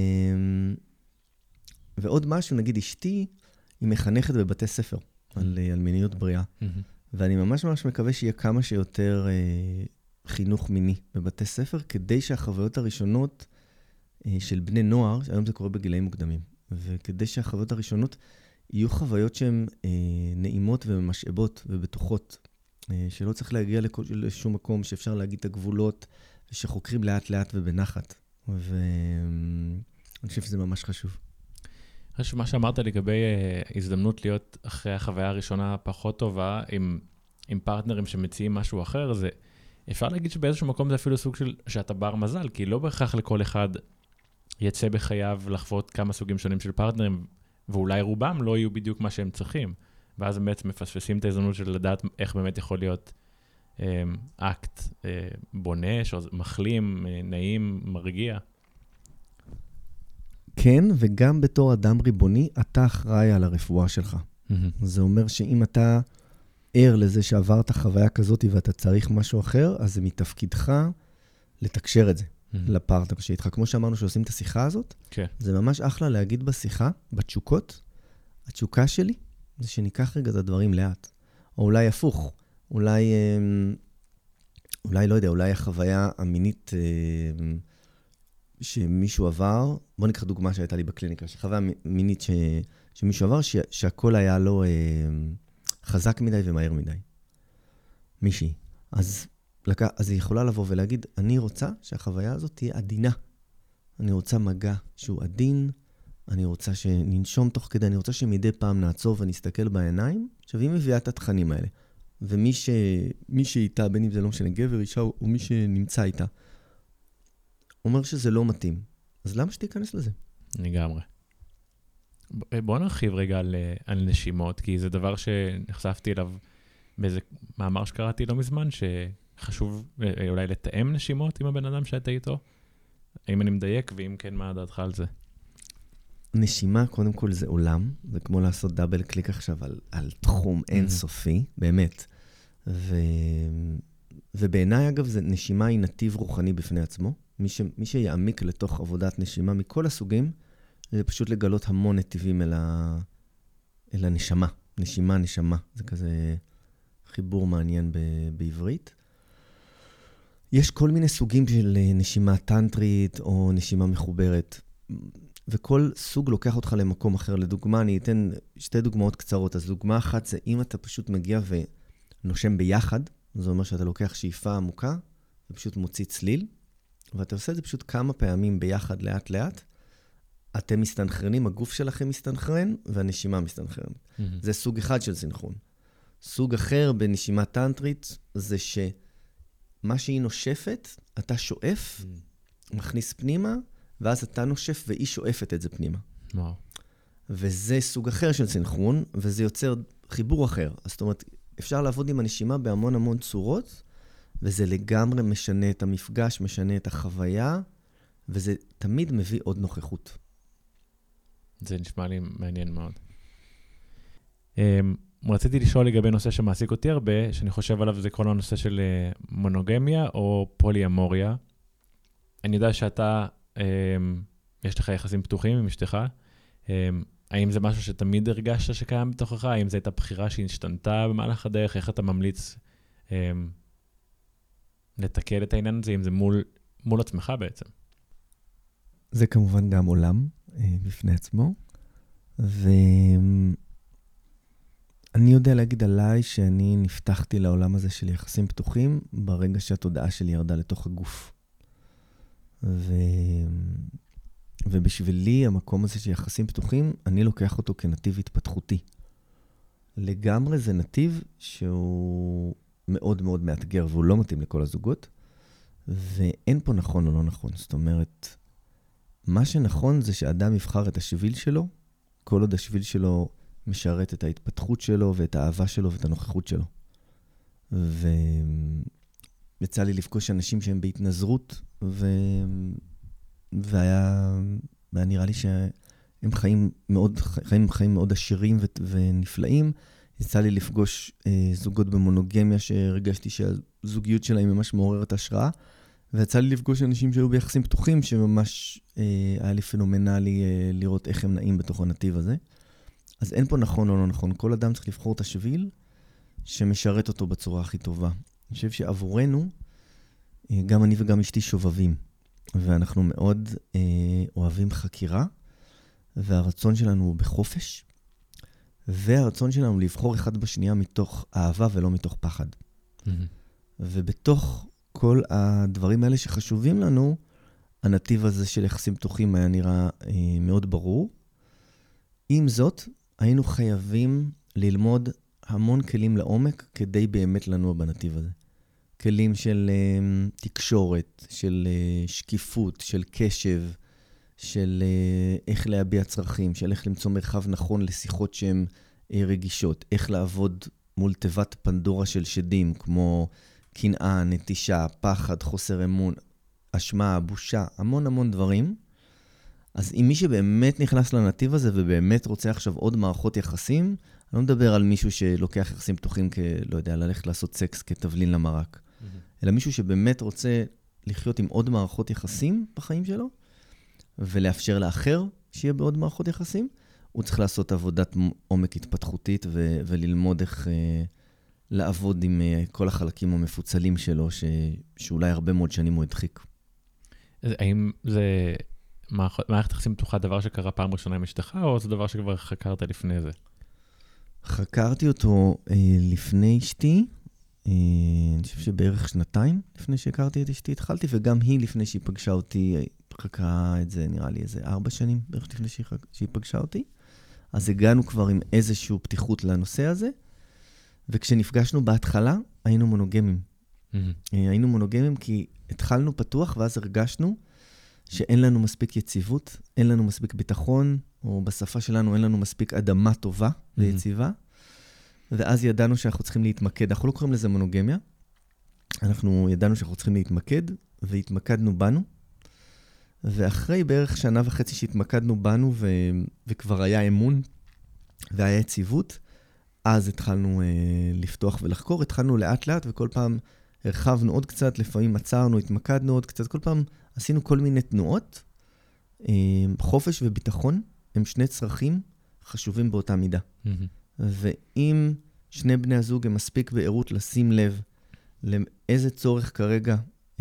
ועוד משהו, נגיד אשתי, היא מחנכת בבתי ספר, על, על מיניות בריאה. Mm-hmm. ואני ממש ממש מקווה שיהיה כמה שיותר אה, חינוך מיני בבתי ספר, כדי שהחוויות הראשונות אה, של בני נוער, היום זה קורה בגילאים מוקדמים, וכדי שהחוויות הראשונות יהיו חוויות שהן אה, נעימות ומשאבות ובטוחות, אה, שלא צריך להגיע לכל, לשום מקום, שאפשר להגיד את הגבולות, ושחוקרים לאט לאט ובנחת. ואני חושב שזה ממש חשוב. אני חושב שמה שאמרת לגבי uh, הזדמנות להיות אחרי החוויה הראשונה פחות טובה, עם, עם פרטנרים שמציעים משהו אחר, זה אפשר להגיד שבאיזשהו מקום זה אפילו סוג של שאתה בר מזל, כי לא בהכרח לכל אחד יצא בחייו לחוות כמה סוגים שונים של פרטנרים, ואולי רובם לא יהיו בדיוק מה שהם צריכים, ואז הם בעצם מפספסים את ההזדמנות של לדעת איך באמת יכול להיות um, אקט uh, בונש, או מחלים, uh, נעים, מרגיע. כן, וגם בתור אדם ריבוני, אתה אחראי על הרפואה שלך. Mm-hmm. זה אומר שאם אתה ער לזה שעברת חוויה כזאת ואתה צריך משהו אחר, אז זה מתפקידך לתקשר את זה mm-hmm. לפרטנר שאיתך. כמו שאמרנו שעושים את השיחה הזאת, okay. זה ממש אחלה להגיד בשיחה, בתשוקות, התשוקה שלי זה שניקח רגע את הדברים לאט. או אולי הפוך, אולי, אולי לא יודע, אולי החוויה המינית שמישהו עבר, בוא ניקח דוגמה שהייתה לי בקליניקה, שחוויה מינית ש, שמישהו עבר, ש, שהכל היה לו אה, חזק מדי ומהיר מדי. מישהי. אז, לק... אז היא יכולה לבוא ולהגיד, אני רוצה שהחוויה הזאת תהיה עדינה. אני רוצה מגע שהוא עדין, אני רוצה שננשום תוך כדי, אני רוצה שמדי פעם נעצור ונסתכל בעיניים. עכשיו, היא מביאה את התכנים האלה. ומי ש... מי שאיתה, בין אם זה לא משנה גבר, אישה, או מי שנמצא איתה, אומר שזה לא מתאים. אז למה שתיכנס לזה? לגמרי. בוא נרחיב רגע על, על נשימות, כי זה דבר שנחשפתי אליו באיזה מאמר שקראתי לא מזמן, שחשוב אולי לתאם נשימות עם הבן אדם שאתה איתו. האם אני מדייק, ואם כן, מה דעתך על זה? נשימה, קודם כל, זה עולם. זה כמו לעשות דאבל קליק עכשיו על, על תחום אינסופי, באמת. ו... ובעיניי, אגב, זה, נשימה היא נתיב רוחני בפני עצמו. מי, ש... מי שיעמיק לתוך עבודת נשימה מכל הסוגים, זה פשוט לגלות המון נתיבים אל, ה... אל הנשמה. נשימה, נשמה. זה כזה חיבור מעניין ב... בעברית. יש כל מיני סוגים של נשימה טנטרית או נשימה מחוברת. וכל סוג לוקח אותך למקום אחר. לדוגמה, אני אתן שתי דוגמאות קצרות. אז דוגמה אחת זה אם אתה פשוט מגיע ונושם ביחד, זה אומר שאתה לוקח שאיפה עמוקה, ופשוט מוציא צליל, ואתה עושה את זה פשוט כמה פעמים ביחד, לאט לאט. אתם מסתנחרנים, הגוף שלכם מסתנחרן, והנשימה מסתנחרנת. Mm-hmm. זה סוג אחד של סינכרון. סוג אחר בנשימה טנטרית, זה שמה שהיא נושפת, אתה שואף, mm-hmm. מכניס פנימה, ואז אתה נושף והיא שואפת את זה פנימה. וואו. וזה סוג אחר של סינכרון, וזה יוצר חיבור אחר. אז זאת אומרת, אפשר לעבוד עם הנשימה בהמון המון צורות, וזה לגמרי משנה את המפגש, משנה את החוויה, וזה תמיד מביא עוד נוכחות. זה נשמע לי מעניין מאוד. רציתי לשאול לגבי נושא שמעסיק אותי הרבה, שאני חושב עליו, זה כל הנושא של מונוגמיה או פוליאמוריה. אני יודע שאתה, יש לך יחסים פתוחים עם אשתך. האם זה משהו שתמיד הרגשת שקיים בתוכך? האם זו הייתה בחירה שהשתנתה במהלך הדרך? איך אתה ממליץ לתקל את העניין הזה, אם זה מול, מול עצמך בעצם? זה כמובן גם עולם אה, בפני עצמו, אני יודע להגיד עליי שאני נפתחתי לעולם הזה של יחסים פתוחים ברגע שהתודעה שלי ירדה לתוך הגוף. ו... ובשבילי המקום הזה של יחסים פתוחים, אני לוקח אותו כנתיב התפתחותי. לגמרי זה נתיב שהוא מאוד מאוד מאתגר, והוא לא מתאים לכל הזוגות, ואין פה נכון או לא נכון. זאת אומרת, מה שנכון זה שאדם יבחר את השביל שלו, כל עוד השביל שלו משרת את ההתפתחות שלו ואת האהבה שלו ואת הנוכחות שלו. ויצא לי לפגוש אנשים שהם בהתנזרות, ו... והיה... והיה נראה לי שהם חיים מאוד, חיים, חיים מאוד עשירים ו... ונפלאים. יצא לי לפגוש אה, זוגות במונוגמיה שהרגשתי שהזוגיות שלהם ממש מעוררת השראה, ויצא לי לפגוש אנשים שהיו ביחסים פתוחים, שממש אה, היה לי פנומנלי אה, לראות איך הם נעים בתוך הנתיב הזה. אז אין פה נכון או לא נכון. כל אדם צריך לבחור את השביל שמשרת אותו בצורה הכי טובה. אני חושב שעבורנו, אה, גם אני וגם אשתי שובבים, ואנחנו מאוד אה, אוהבים חקירה, והרצון שלנו הוא בחופש, והרצון שלנו לבחור אחד בשנייה מתוך אהבה ולא מתוך פחד. Mm-hmm. ובתוך כל הדברים האלה שחשובים לנו, הנתיב הזה של יחסים פתוחים היה נראה אה, מאוד ברור. עם זאת, היינו חייבים ללמוד המון כלים לעומק כדי באמת לנוע בנתיב הזה. כלים של אה, תקשורת, של אה, שקיפות, של קשב, של אה, איך להביע צרכים, של איך למצוא מרחב נכון לשיחות שהן אה, רגישות, איך לעבוד מול תיבת פנדורה של שדים, כמו קנאה, נטישה, פחד, חוסר אמון, אשמה, בושה, המון המון דברים. אז אם מי שבאמת נכנס לנתיב הזה ובאמת רוצה עכשיו עוד מערכות יחסים, אני לא מדבר על מישהו שלוקח יחסים פתוחים כ... לא יודע, ללכת לעשות סקס כתבלין למרק, mm-hmm. אלא מישהו שבאמת רוצה לחיות עם עוד מערכות יחסים בחיים שלו, ולאפשר לאחר שיהיה בעוד מערכות יחסים, הוא צריך לעשות עבודת עומק התפתחותית ו... וללמוד איך אה, לעבוד עם אה, כל החלקים המפוצלים שלו, ש... שאולי הרבה מאוד שנים הוא הדחיק. האם זה... מערכת יחסים פתוחה, דבר שקרה פעם ראשונה עם אשתך, או זה דבר שכבר חקרת לפני זה? חקרתי אותו אה, לפני אשתי, אה, אני חושב שבערך שנתיים לפני שהכרתי את אשתי התחלתי, וגם היא לפני שהיא פגשה אותי, חקרה את זה נראה לי איזה ארבע שנים בערך לפני שהיא, שהיא פגשה אותי. אז הגענו כבר עם איזושהי פתיחות לנושא הזה, וכשנפגשנו בהתחלה היינו מונוגמים. Mm-hmm. אה, היינו מונוגמים כי התחלנו פתוח, ואז הרגשנו שאין לנו מספיק יציבות, אין לנו מספיק ביטחון, או בשפה שלנו אין לנו מספיק אדמה טובה ויציבה, ואז ידענו שאנחנו צריכים להתמקד. אנחנו לא קוראים לזה מונוגמיה, אנחנו ידענו שאנחנו צריכים להתמקד, והתמקדנו בנו, ואחרי בערך שנה וחצי שהתמקדנו בנו, ו... וכבר היה אמון, והיה יציבות, אז התחלנו אה, לפתוח ולחקור, התחלנו לאט לאט, וכל פעם הרחבנו עוד קצת, לפעמים עצרנו, התמקדנו עוד קצת, כל פעם עשינו כל מיני תנועות. חופש וביטחון הם שני צרכים חשובים באותה מידה. Mm-hmm. ואם שני בני הזוג הם מספיק בעירות לשים לב לאיזה צורך כרגע אה,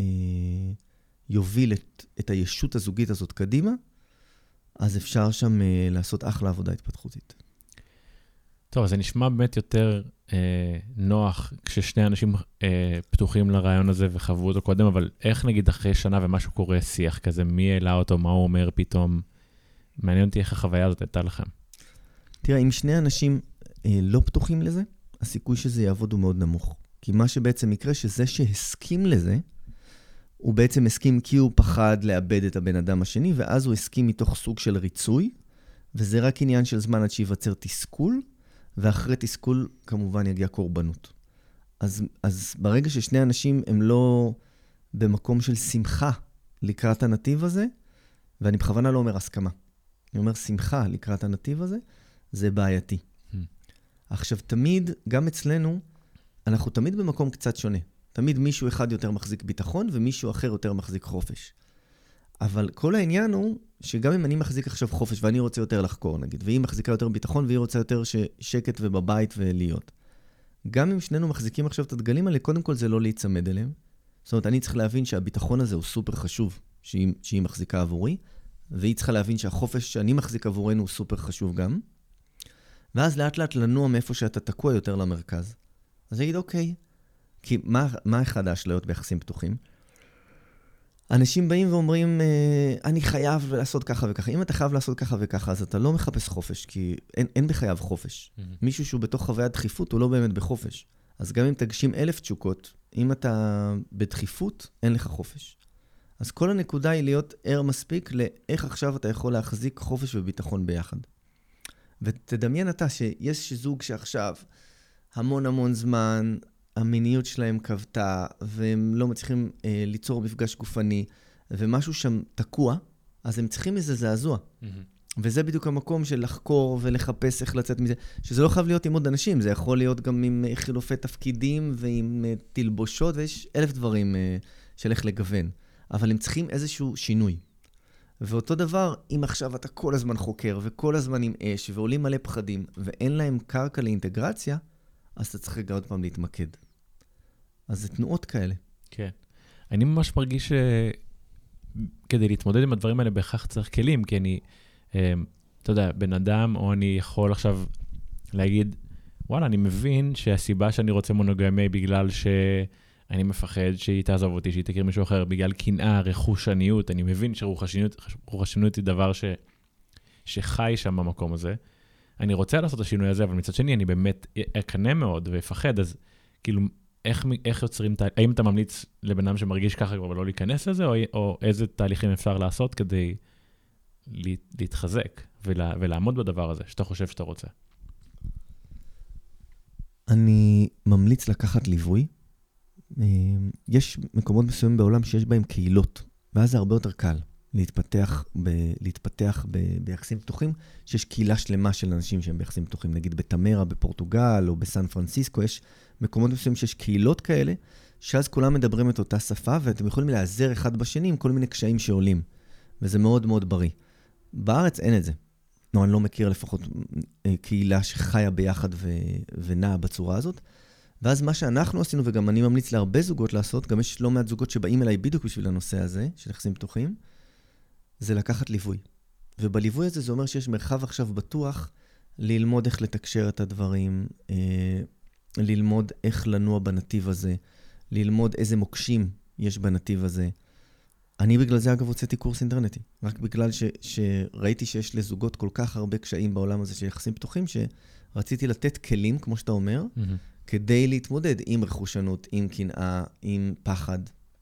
יוביל את, את הישות הזוגית הזאת קדימה, אז אפשר שם אה, לעשות אחלה עבודה התפתחותית. טוב, אז זה נשמע באמת יותר אה, נוח כששני אנשים אה, פתוחים לרעיון הזה וחוו אותו קודם, אבל איך נגיד אחרי שנה ומשהו קורה שיח כזה, מי העלה אותו, מה הוא אומר פתאום? מעניין אותי איך החוויה הזאת הייתה לכם. תראה, אם שני אנשים אה, לא פתוחים לזה, הסיכוי שזה יעבוד הוא מאוד נמוך. כי מה שבעצם יקרה, שזה שהסכים לזה, הוא בעצם הסכים כי הוא פחד לאבד את הבן אדם השני, ואז הוא הסכים מתוך סוג של ריצוי, וזה רק עניין של זמן עד שיווצר תסכול, ואחרי תסכול כמובן יגיע קורבנות. אז, אז ברגע ששני אנשים הם לא במקום של שמחה לקראת הנתיב הזה, ואני בכוונה לא אומר הסכמה, אני אומר שמחה לקראת הנתיב הזה, זה בעייתי. Hmm. עכשיו תמיד, גם אצלנו, אנחנו תמיד במקום קצת שונה. תמיד מישהו אחד יותר מחזיק ביטחון, ומישהו אחר יותר מחזיק חופש. אבל כל העניין הוא שגם אם אני מחזיק עכשיו חופש ואני רוצה יותר לחקור, נגיד, והיא מחזיקה יותר ביטחון והיא רוצה יותר שקט ובבית ולהיות. גם אם שנינו מחזיקים עכשיו את הדגלים האלה, קודם כל זה לא להיצמד אליהם. זאת אומרת, אני צריך להבין שהביטחון הזה הוא סופר חשוב שהיא, שהיא מחזיקה עבורי, והיא צריכה להבין שהחופש שאני מחזיק עבורנו הוא סופר חשוב גם. ואז לאט לאט לנוע מאיפה שאתה תקוע יותר למרכז. אז אני אגיד, אוקיי, כי מה, מה אחד האשליות ביחסים פתוחים? אנשים באים ואומרים, אני חייב לעשות ככה וככה. אם אתה חייב לעשות ככה וככה, אז אתה לא מחפש חופש, כי אין, אין בחייו חופש. Mm-hmm. מישהו שהוא בתוך חוויית דחיפות, הוא לא באמת בחופש. אז גם אם תגשים אלף תשוקות, אם אתה בדחיפות, אין לך חופש. אז כל הנקודה היא להיות ער מספיק לאיך עכשיו אתה יכול להחזיק חופש וביטחון ביחד. ותדמיין אתה שיש זוג שעכשיו המון המון זמן, המיניות שלהם קבטה, והם לא מצליחים אה, ליצור מפגש גופני, ומשהו שם תקוע, אז הם צריכים איזה זעזוע. Mm-hmm. וזה בדיוק המקום של לחקור ולחפש איך לצאת מזה, שזה לא חייב להיות עם עוד אנשים, זה יכול להיות גם עם חילופי תפקידים ועם uh, תלבושות, ויש אלף דברים uh, של איך לגוון. אבל הם צריכים איזשהו שינוי. ואותו דבר, אם עכשיו אתה כל הזמן חוקר, וכל הזמן עם אש, ועולים מלא פחדים, ואין להם קרקע לאינטגרציה, אז אתה צריך עוד פעם להתמקד. אז זה תנועות כאלה. כן. אני ממש מרגיש שכדי להתמודד עם הדברים האלה, בהכרח צריך כלים, כי אני, אתה יודע, בן אדם, או אני יכול עכשיו להגיד, וואלה, אני מבין שהסיבה שאני רוצה מונוגמיה, בגלל שאני מפחד שהיא תעזוב אותי, שהיא תכיר מישהו אחר, בגלל קנאה, רכושניות, אני מבין שרוחשניות היא דבר ש, שחי שם במקום הזה. אני רוצה לעשות את השינוי הזה, אבל מצד שני, אני באמת אקנה מאוד ואפחד, אז כאילו, איך, איך יוצרים, האם אתה ממליץ לבן אדם שמרגיש ככה כבר ולא להיכנס לזה, או, או איזה תהליכים אפשר לעשות כדי להתחזק ולה, ולעמוד בדבר הזה, שאתה חושב שאתה רוצה? אני ממליץ לקחת ליווי. יש מקומות מסוימים בעולם שיש בהם קהילות, ואז זה הרבה יותר קל להתפתח, ב, להתפתח ב, ביחסים פתוחים, שיש קהילה שלמה של אנשים שהם ביחסים פתוחים, נגיד בתמרה, בפורטוגל, או בסן פרנסיסקו, יש מקומות מסוימים שיש קהילות כאלה, שאז כולם מדברים את אותה שפה, ואתם יכולים לעזר אחד בשני עם כל מיני קשיים שעולים, וזה מאוד מאוד בריא. בארץ אין את זה. לא, אני לא מכיר לפחות קהילה שחיה ביחד ו, ונעה בצורה הזאת, ואז מה שאנחנו עשינו, וגם אני ממליץ להרבה זוגות לעשות, גם יש לא מעט זוגות שבאים אליי בדיוק בשביל הנושא הזה, של יחסים פתוחים, זה לקחת ליווי. ובליווי הזה זה אומר שיש מרחב עכשיו בטוח ללמוד איך לתקשר את הדברים, אה, ללמוד איך לנוע בנתיב הזה, ללמוד איזה מוקשים יש בנתיב הזה. אני בגלל זה אגב הוצאתי קורס אינטרנטי, רק בגלל ש, שראיתי שיש לזוגות כל כך הרבה קשיים בעולם הזה של יחסים פתוחים, שרציתי לתת כלים, כמו שאתה אומר, mm-hmm. כדי להתמודד עם רכושנות, עם קנאה, עם פחד.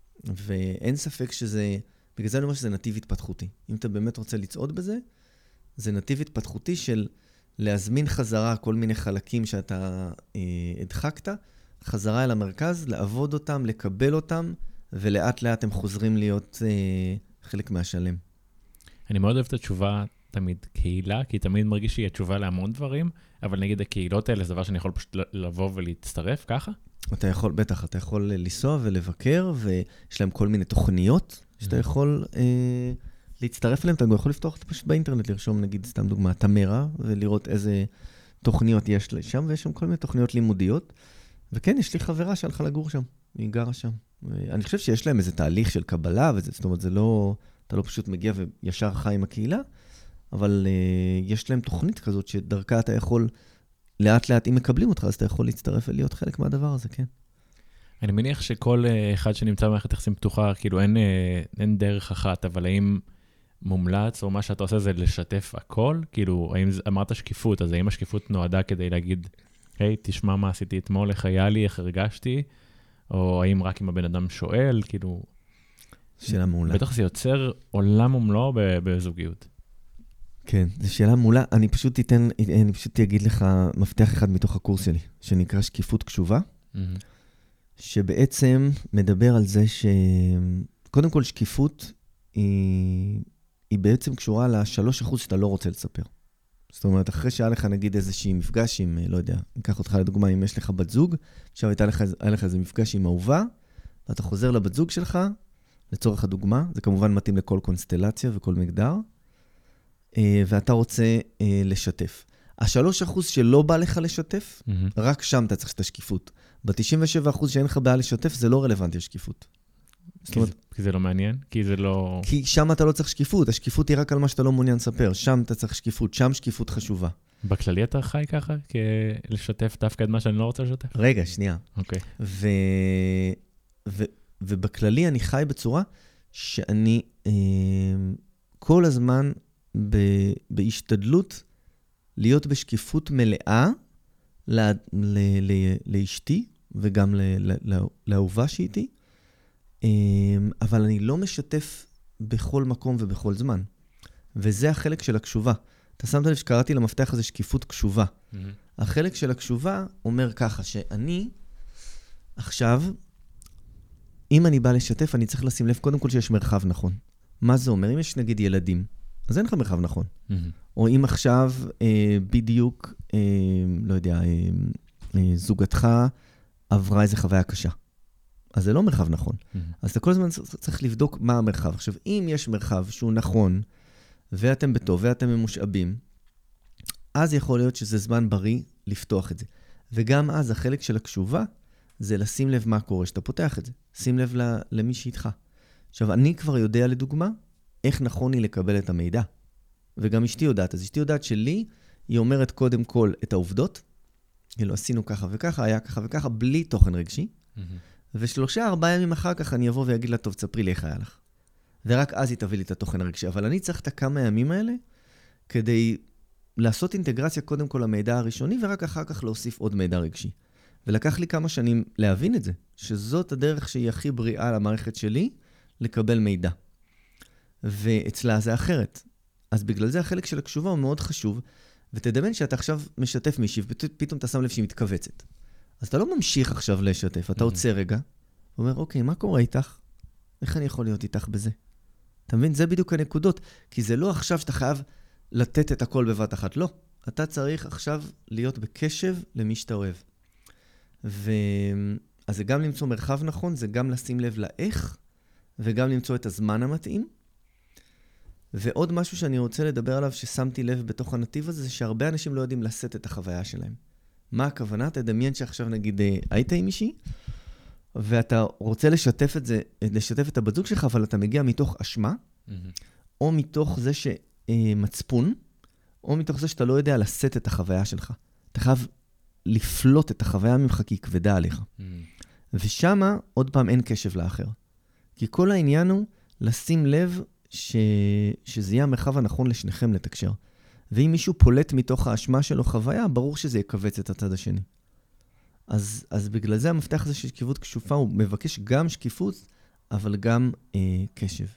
ואין ספק שזה, בגלל זה אני אומר שזה נתיב התפתחותי. אם אתה באמת רוצה לצעוד בזה, זה נתיב התפתחותי של להזמין חזרה כל מיני חלקים שאתה אה, הדחקת, חזרה אל המרכז, לעבוד אותם, לקבל אותם, ולאט לאט הם חוזרים להיות אה, חלק מהשלם. אני מאוד אוהב את התשובה תמיד קהילה, כי תמיד מרגיש שהיא התשובה להמון דברים, אבל נגיד הקהילות האלה זה דבר שאני יכול פשוט לבוא ולהצטרף ככה? אתה יכול, בטח, אתה יכול לנסוע ולבקר, ויש להם כל מיני תוכניות שאתה יכול אה, להצטרף אליהם, אתה יכול לפתוח את זה פשוט באינטרנט, לרשום נגיד סתם דוגמה, תמרה, ולראות איזה תוכניות יש שם, ויש שם כל מיני תוכניות לימודיות, וכן, יש לי חברה שהלכה לגור שם, היא גרה שם. אני חושב שיש להם איזה תהליך של קבלה, וזה, זאת אומרת, זה לא, אתה לא פשוט מגיע וישר חי עם הקהילה, אבל uh, יש להם תוכנית כזאת שדרכה אתה יכול, לאט לאט, אם מקבלים אותך, אז אתה יכול להצטרף ולהיות חלק מהדבר הזה, כן. אני מניח שכל uh, אחד שנמצא במערכת יחסים פתוחה, כאילו אין, uh, אין דרך אחת, אבל האם מומלץ, או מה שאתה עושה זה לשתף הכל? כאילו, האם אמרת שקיפות, אז האם השקיפות נועדה כדי להגיד, היי, תשמע מה עשיתי אתמול, איך היה לי, איך הרגשתי, או האם רק אם הבן אדם שואל, כאילו... שאלה מעולה. בטח זה יוצר עולם ומלואו בזוגיות. כן, זו שאלה מעולה. אני פשוט אתן, אני פשוט אגיד לך מפתח אחד מתוך הקורס שלי, שנקרא שקיפות קשובה, mm-hmm. שבעצם מדבר על זה שקודם כל שקיפות היא, היא בעצם קשורה לשלוש אחוז שאתה לא רוצה לספר. זאת אומרת, אחרי שהיה לך נגיד איזושהי מפגש עם, לא יודע, ניקח אותך לדוגמה, אם יש לך בת זוג, עכשיו הייתה לך, היה לך איזה מפגש עם אהובה, ואתה חוזר לבת זוג שלך, לצורך הדוגמה, זה כמובן מתאים לכל קונסטלציה וכל מגדר, ואתה רוצה לשתף. השלוש אחוז שלא בא לך לשתף, mm-hmm. רק שם אתה צריך את השקיפות. ב-תשעים ושבעה אחוז שאין לך בעיה לשתף, זה לא רלוונטי השקיפות. כי, אומרת, כי זה לא מעניין? כי זה לא... כי שם אתה לא צריך שקיפות, השקיפות היא רק על מה שאתה לא מעוניין לספר. שם אתה צריך שקיפות, שם שקיפות חשובה. Mm-hmm. בכללי אתה חי ככה? לשתף דווקא את מה שאני לא רוצה לשתף? רגע, שנייה. אוקיי. ו... ו... ובכללי אני חי בצורה שאני אה, כל הזמן ב... בהשתדלות להיות בשקיפות מלאה ל... ל... ל... לאשתי וגם ל... ל... לאהובה שאיתי, אה, אבל אני לא משתף בכל מקום ובכל זמן. וזה החלק של הקשובה. אתה שמת לב שקראתי למפתח הזה שקיפות קשובה. Mm-hmm. החלק של הקשובה אומר ככה, שאני עכשיו, אם אני בא לשתף, אני צריך לשים לב קודם כל שיש מרחב נכון. מה זה אומר? אם יש נגיד ילדים, אז אין לך מרחב נכון. Mm-hmm. או אם עכשיו אה, בדיוק, אה, לא יודע, אה, אה, זוגתך עברה איזו חוויה קשה. אז זה לא מרחב נכון. Mm-hmm. אז אתה כל הזמן צריך לבדוק מה המרחב. עכשיו, אם יש מרחב שהוא נכון, ואתם בטוב, ואתם ממושאבים, אז יכול להיות שזה זמן בריא לפתוח את זה. וגם אז החלק של הקשובה, זה לשים לב מה קורה שאתה פותח את זה. שים לב למי שאיתך. עכשיו, אני כבר יודע לדוגמה, איך נכון לי לקבל את המידע. וגם אשתי יודעת. אז אשתי יודעת שלי, היא אומרת קודם כל את העובדות, כאילו, עשינו ככה וככה, היה ככה וככה, בלי תוכן רגשי. Mm-hmm. ושלושה, ארבעה ימים אחר כך אני אבוא ויגיד לה, טוב, תספרי לי איך היה לך. ורק אז היא תביא לי את התוכן הרגשי. אבל אני צריך את הכמה ימים האלה, כדי לעשות אינטגרציה קודם כל למידע הראשוני, ורק אחר כך להוסיף עוד מידע רגשי. ולקח לי כמה שנים להבין את זה, שזאת הדרך שהיא הכי בריאה למערכת שלי, לקבל מידע. ואצלה זה אחרת. אז בגלל זה החלק של הקשובה הוא מאוד חשוב, ותדמיין שאתה עכשיו משתף מישהי, ופתאום אתה שם לב שהיא מתכווצת. אז אתה לא ממשיך עכשיו לשתף, אתה עוצר רגע, ואומר, אוקיי, מה קורה איתך? איך אני יכול להיות איתך בזה? אתה מבין? זה בדיוק הנקודות, כי זה לא עכשיו שאתה חייב לתת את הכל בבת אחת. לא. אתה צריך עכשיו להיות בקשב למי שאתה אוהב. ו... אז זה גם למצוא מרחב נכון, זה גם לשים לב לאיך, וגם למצוא את הזמן המתאים. ועוד משהו שאני רוצה לדבר עליו, ששמתי לב בתוך הנתיב הזה, זה שהרבה אנשים לא יודעים לשאת את החוויה שלהם. מה הכוונה? תדמיין שעכשיו נגיד, היית עם מישהי, ואתה רוצה לשתף את זה, לשתף את הבת זוג שלך, אבל אתה מגיע מתוך אשמה, mm-hmm. או מתוך זה שמצפון, או מתוך זה שאתה לא יודע לשאת את החוויה שלך. אתה חייב לפלוט את החוויה ממך, כי היא כבדה עליך. Mm-hmm. ושמה, עוד פעם, אין קשב לאחר. כי כל העניין הוא לשים לב ש... שזה יהיה המרחב הנכון לשניכם לתקשר. ואם מישהו פולט מתוך האשמה שלו חוויה, ברור שזה יקבץ את הצד השני. אז, אז בגלל זה המפתח הזה של שקיפות קשופה, הוא מבקש גם שקיפות, אבל גם אה, קשב.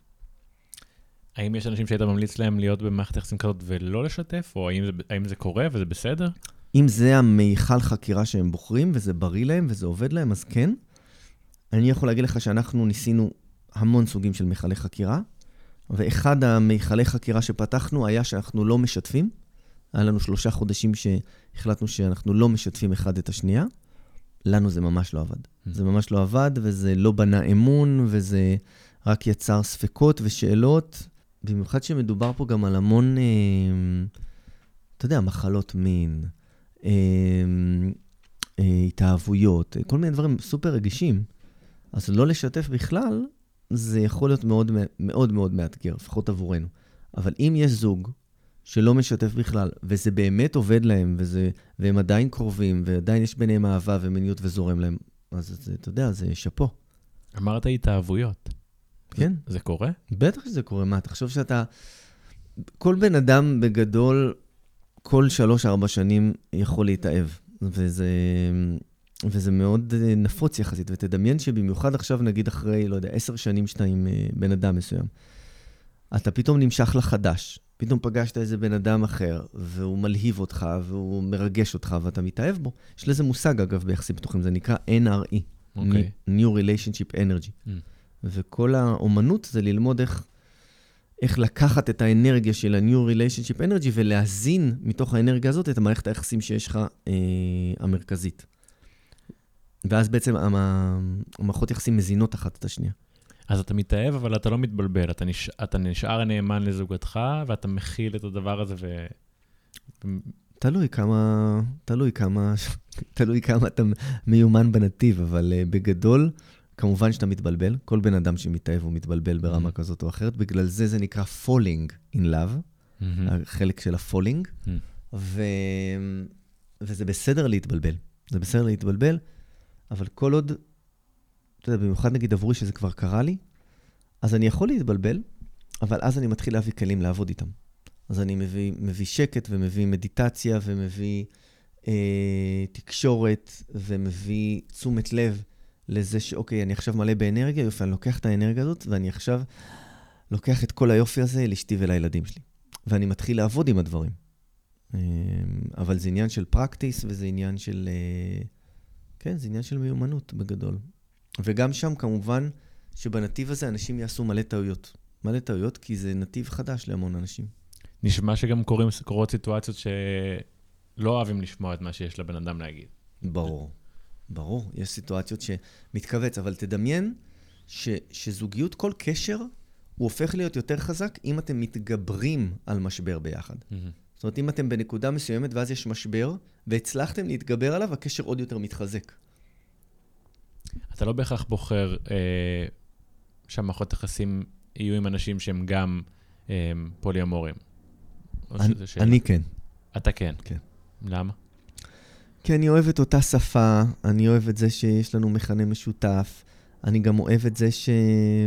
האם יש אנשים שהיית ממליץ להם להיות במערכת יחסים כזאת ולא לשתף, או האם זה, האם זה קורה וזה בסדר? אם זה המיכל חקירה שהם בוחרים, וזה בריא להם וזה עובד להם, אז כן. אני יכול להגיד לך שאנחנו ניסינו המון סוגים של מיכלי חקירה, ואחד המיכלי חקירה שפתחנו היה שאנחנו לא משתפים. היה לנו שלושה חודשים שהחלטנו שאנחנו לא משתפים אחד את השנייה. לנו זה ממש לא עבד. Mm-hmm. זה ממש לא עבד, וזה לא בנה אמון, וזה רק יצר ספקות ושאלות. במיוחד שמדובר פה גם על המון, אה, אתה יודע, מחלות מין, אה, אה, התאהבויות, כל מיני דברים סופר רגישים. אז לא לשתף בכלל, זה יכול להיות מאוד מאוד מאוד מאתגר, לפחות עבורנו. אבל אם יש זוג שלא משתף בכלל, וזה באמת עובד להם, וזה, והם עדיין קרובים, ועדיין יש ביניהם אהבה ומיניות וזורם להם, אז זה, אתה יודע, זה שפו. אמרת התאהבויות. כן. זה, זה קורה? בטח שזה קורה. מה, תחשוב שאתה... כל בן אדם בגדול, כל שלוש-ארבע שנים יכול להתאהב. וזה... וזה מאוד נפוץ יחסית. ותדמיין שבמיוחד עכשיו, נגיד אחרי, לא יודע, עשר שנים שאתה עם בן אדם מסוים, אתה פתאום נמשך לחדש. פתאום פגשת איזה בן אדם אחר, והוא מלהיב אותך, והוא מרגש אותך, ואתה מתאהב בו. יש לזה מושג, אגב, ביחסים פתוחים, זה נקרא N R E, okay. New Relationship Energy. Mm. וכל האומנות זה ללמוד איך, איך לקחת את האנרגיה של ה-New Relationship Energy, ולהזין מתוך האנרגיה הזאת את המערכת היחסים שיש לך אה, המרכזית. ואז בעצם המערכות יחסים מזינות אחת את השנייה. אז אתה מתאהב, אבל אתה לא מתבלבל. אתה, נש... אתה נשאר נאמן לזוגתך, ואתה מכיל את הדבר הזה ו... תלוי כמה, תלוי כמה, תלוי כמה אתה מיומן בנתיב, אבל uh, בגדול, כמובן שאתה מתבלבל. כל בן אדם שמתאהב הוא מתבלבל ברמה mm-hmm. כזאת או אחרת. בגלל זה זה נקרא falling in love, mm-hmm. החלק של ה-falling. Mm-hmm. ו... וזה בסדר להתבלבל. זה בסדר להתבלבל, אבל כל עוד, אתה יודע, במיוחד נגיד עבורי שזה כבר קרה לי, אז אני יכול להתבלבל, אבל אז אני מתחיל להביא כלים לעבוד איתם. אז אני מביא, מביא שקט ומביא מדיטציה ומביא אה, תקשורת ומביא תשומת לב לזה שאוקיי, אני עכשיו מלא באנרגיה, יופי, אני לוקח את האנרגיה הזאת ואני עכשיו לוקח את כל היופי הזה לאשתי ולילדים שלי. ואני מתחיל לעבוד עם הדברים. אה, אבל זה עניין של פרקטיס וזה עניין של, אה, כן, זה עניין של מיומנות בגדול. וגם שם כמובן שבנתיב הזה אנשים יעשו מלא טעויות. מלא טעויות כי זה נתיב חדש להמון אנשים. נשמע שגם קוראים, קורות סיטואציות שלא אוהבים לשמוע את מה שיש לבן אדם להגיד. ברור, ברור. יש סיטואציות שמתכווץ, אבל תדמיין ש, שזוגיות, כל קשר, הוא הופך להיות יותר חזק אם אתם מתגברים על משבר ביחד. Mm-hmm. זאת אומרת, אם אתם בנקודה מסוימת ואז יש משבר, והצלחתם להתגבר עליו, הקשר עוד יותר מתחזק. אתה לא בהכרח בוחר אה, שהמערכות יחסים יהיו עם אנשים שהם גם אה, פוליאמורים. אני, אני כן. אתה כן? כן. למה? כי אני אוהב את אותה שפה, אני אוהב את זה שיש לנו מכנה משותף, אני גם אוהב את זה ש...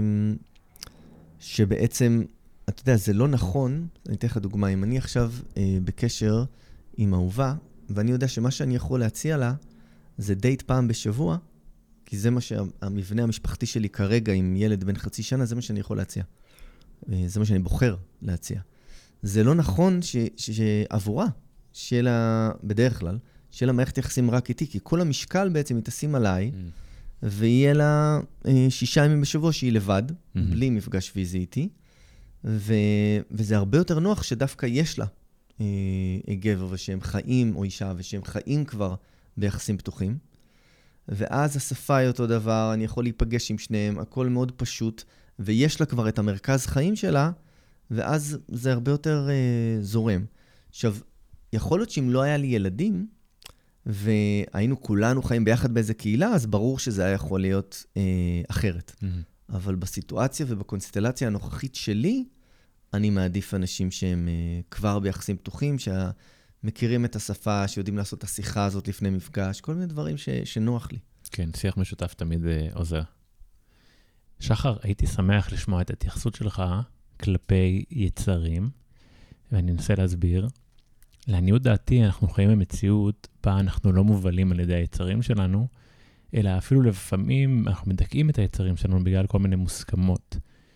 שבעצם, אתה יודע, זה לא נכון, אני אתן לך דוגמה, אם אני עכשיו אה, בקשר עם אהובה, ואני יודע שמה שאני יכול להציע לה, זה דייט פעם בשבוע, כי זה מה שהמבנה המשפחתי שלי כרגע עם ילד בן חצי שנה, זה מה שאני יכול להציע. זה מה שאני בוחר להציע. זה לא נכון ש, ש, שעבורה, שיהיה לה, בדרך כלל, שיהיה לה מערכת יחסים רק איתי, כי כל המשקל בעצם יתשים עליי, mm. ויהיה לה אה, שישה ימים בשבוע שהיא לבד, mm-hmm. בלי מפגש פיזי איתי, ו, וזה הרבה יותר נוח שדווקא יש לה אה, גבר, ושהם חיים, או אישה, ושהם חיים כבר ביחסים פתוחים, ואז השפה היא אותו דבר, אני יכול להיפגש עם שניהם, הכל מאוד פשוט, ויש לה כבר את המרכז חיים שלה, ואז זה הרבה יותר אה, זורם. עכשיו, יכול להיות שאם לא היה לי ילדים, והיינו כולנו חיים ביחד באיזה קהילה, אז ברור שזה היה יכול להיות אה, אחרת. Mm-hmm. אבל בסיטואציה ובקונסטלציה הנוכחית שלי, אני מעדיף אנשים שהם אה, כבר ביחסים פתוחים, שמכירים את השפה, שיודעים לעשות את השיחה הזאת לפני מפגש, כל מיני דברים ש, שנוח לי. כן, שיח משותף תמיד אה, עוזר. שחר, הייתי שמח לשמוע את ההתייחסות שלך כלפי יצרים, ואני אנסה להסביר. לעניות דעתי, אנחנו חיים במציאות בה אנחנו לא מובלים על ידי היצרים שלנו, אלא אפילו לפעמים אנחנו מדכאים את היצרים שלנו בגלל כל מיני מוסכמות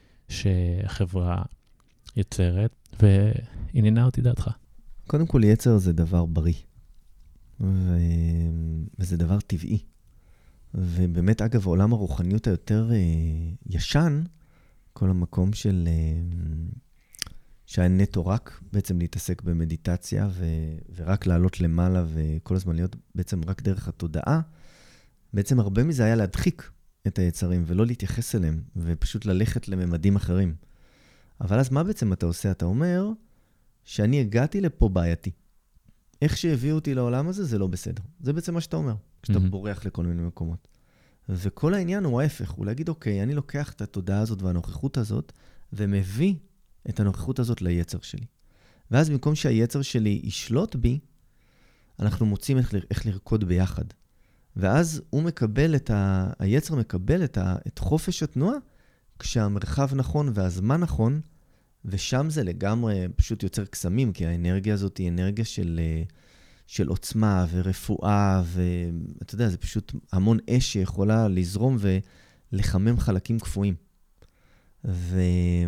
שהחברה יוצרת, ועניינה אותי דעתך. קודם כל, יצר זה דבר בריא, ו... וזה דבר טבעי. ובאמת, אגב, עולם הרוחניות היותר אה, ישן, כל המקום של... אה, שהיה נטו רק בעצם להתעסק במדיטציה, ו... ורק לעלות למעלה, וכל הזמן להיות בעצם רק דרך התודעה, בעצם הרבה מזה היה להדחיק את היצרים, ולא להתייחס אליהם, ופשוט ללכת לממדים אחרים. אבל אז מה בעצם אתה עושה? אתה אומר שאני הגעתי לפה בעייתי. איך שהביאו אותי לעולם הזה, זה לא בסדר. זה בעצם מה שאתה אומר, כשאתה mm-hmm. בורח לכל מיני מקומות. וכל העניין הוא ההפך, הוא להגיד, אוקיי, אני לוקח את התודעה הזאת והנוכחות הזאת, ומביא את הנוכחות הזאת ליצר שלי. ואז במקום שהיצר שלי ישלוט בי, אנחנו מוצאים איך, איך לרקוד ביחד. ואז הוא מקבל את ה... היצר מקבל את, ה... את חופש התנועה, כשהמרחב נכון והזמן נכון, ושם זה לגמרי פשוט יוצר קסמים, כי האנרגיה הזאת היא אנרגיה של, של עוצמה ורפואה, ואתה יודע, זה פשוט המון אש שיכולה לזרום ולחמם חלקים קפואים. ו...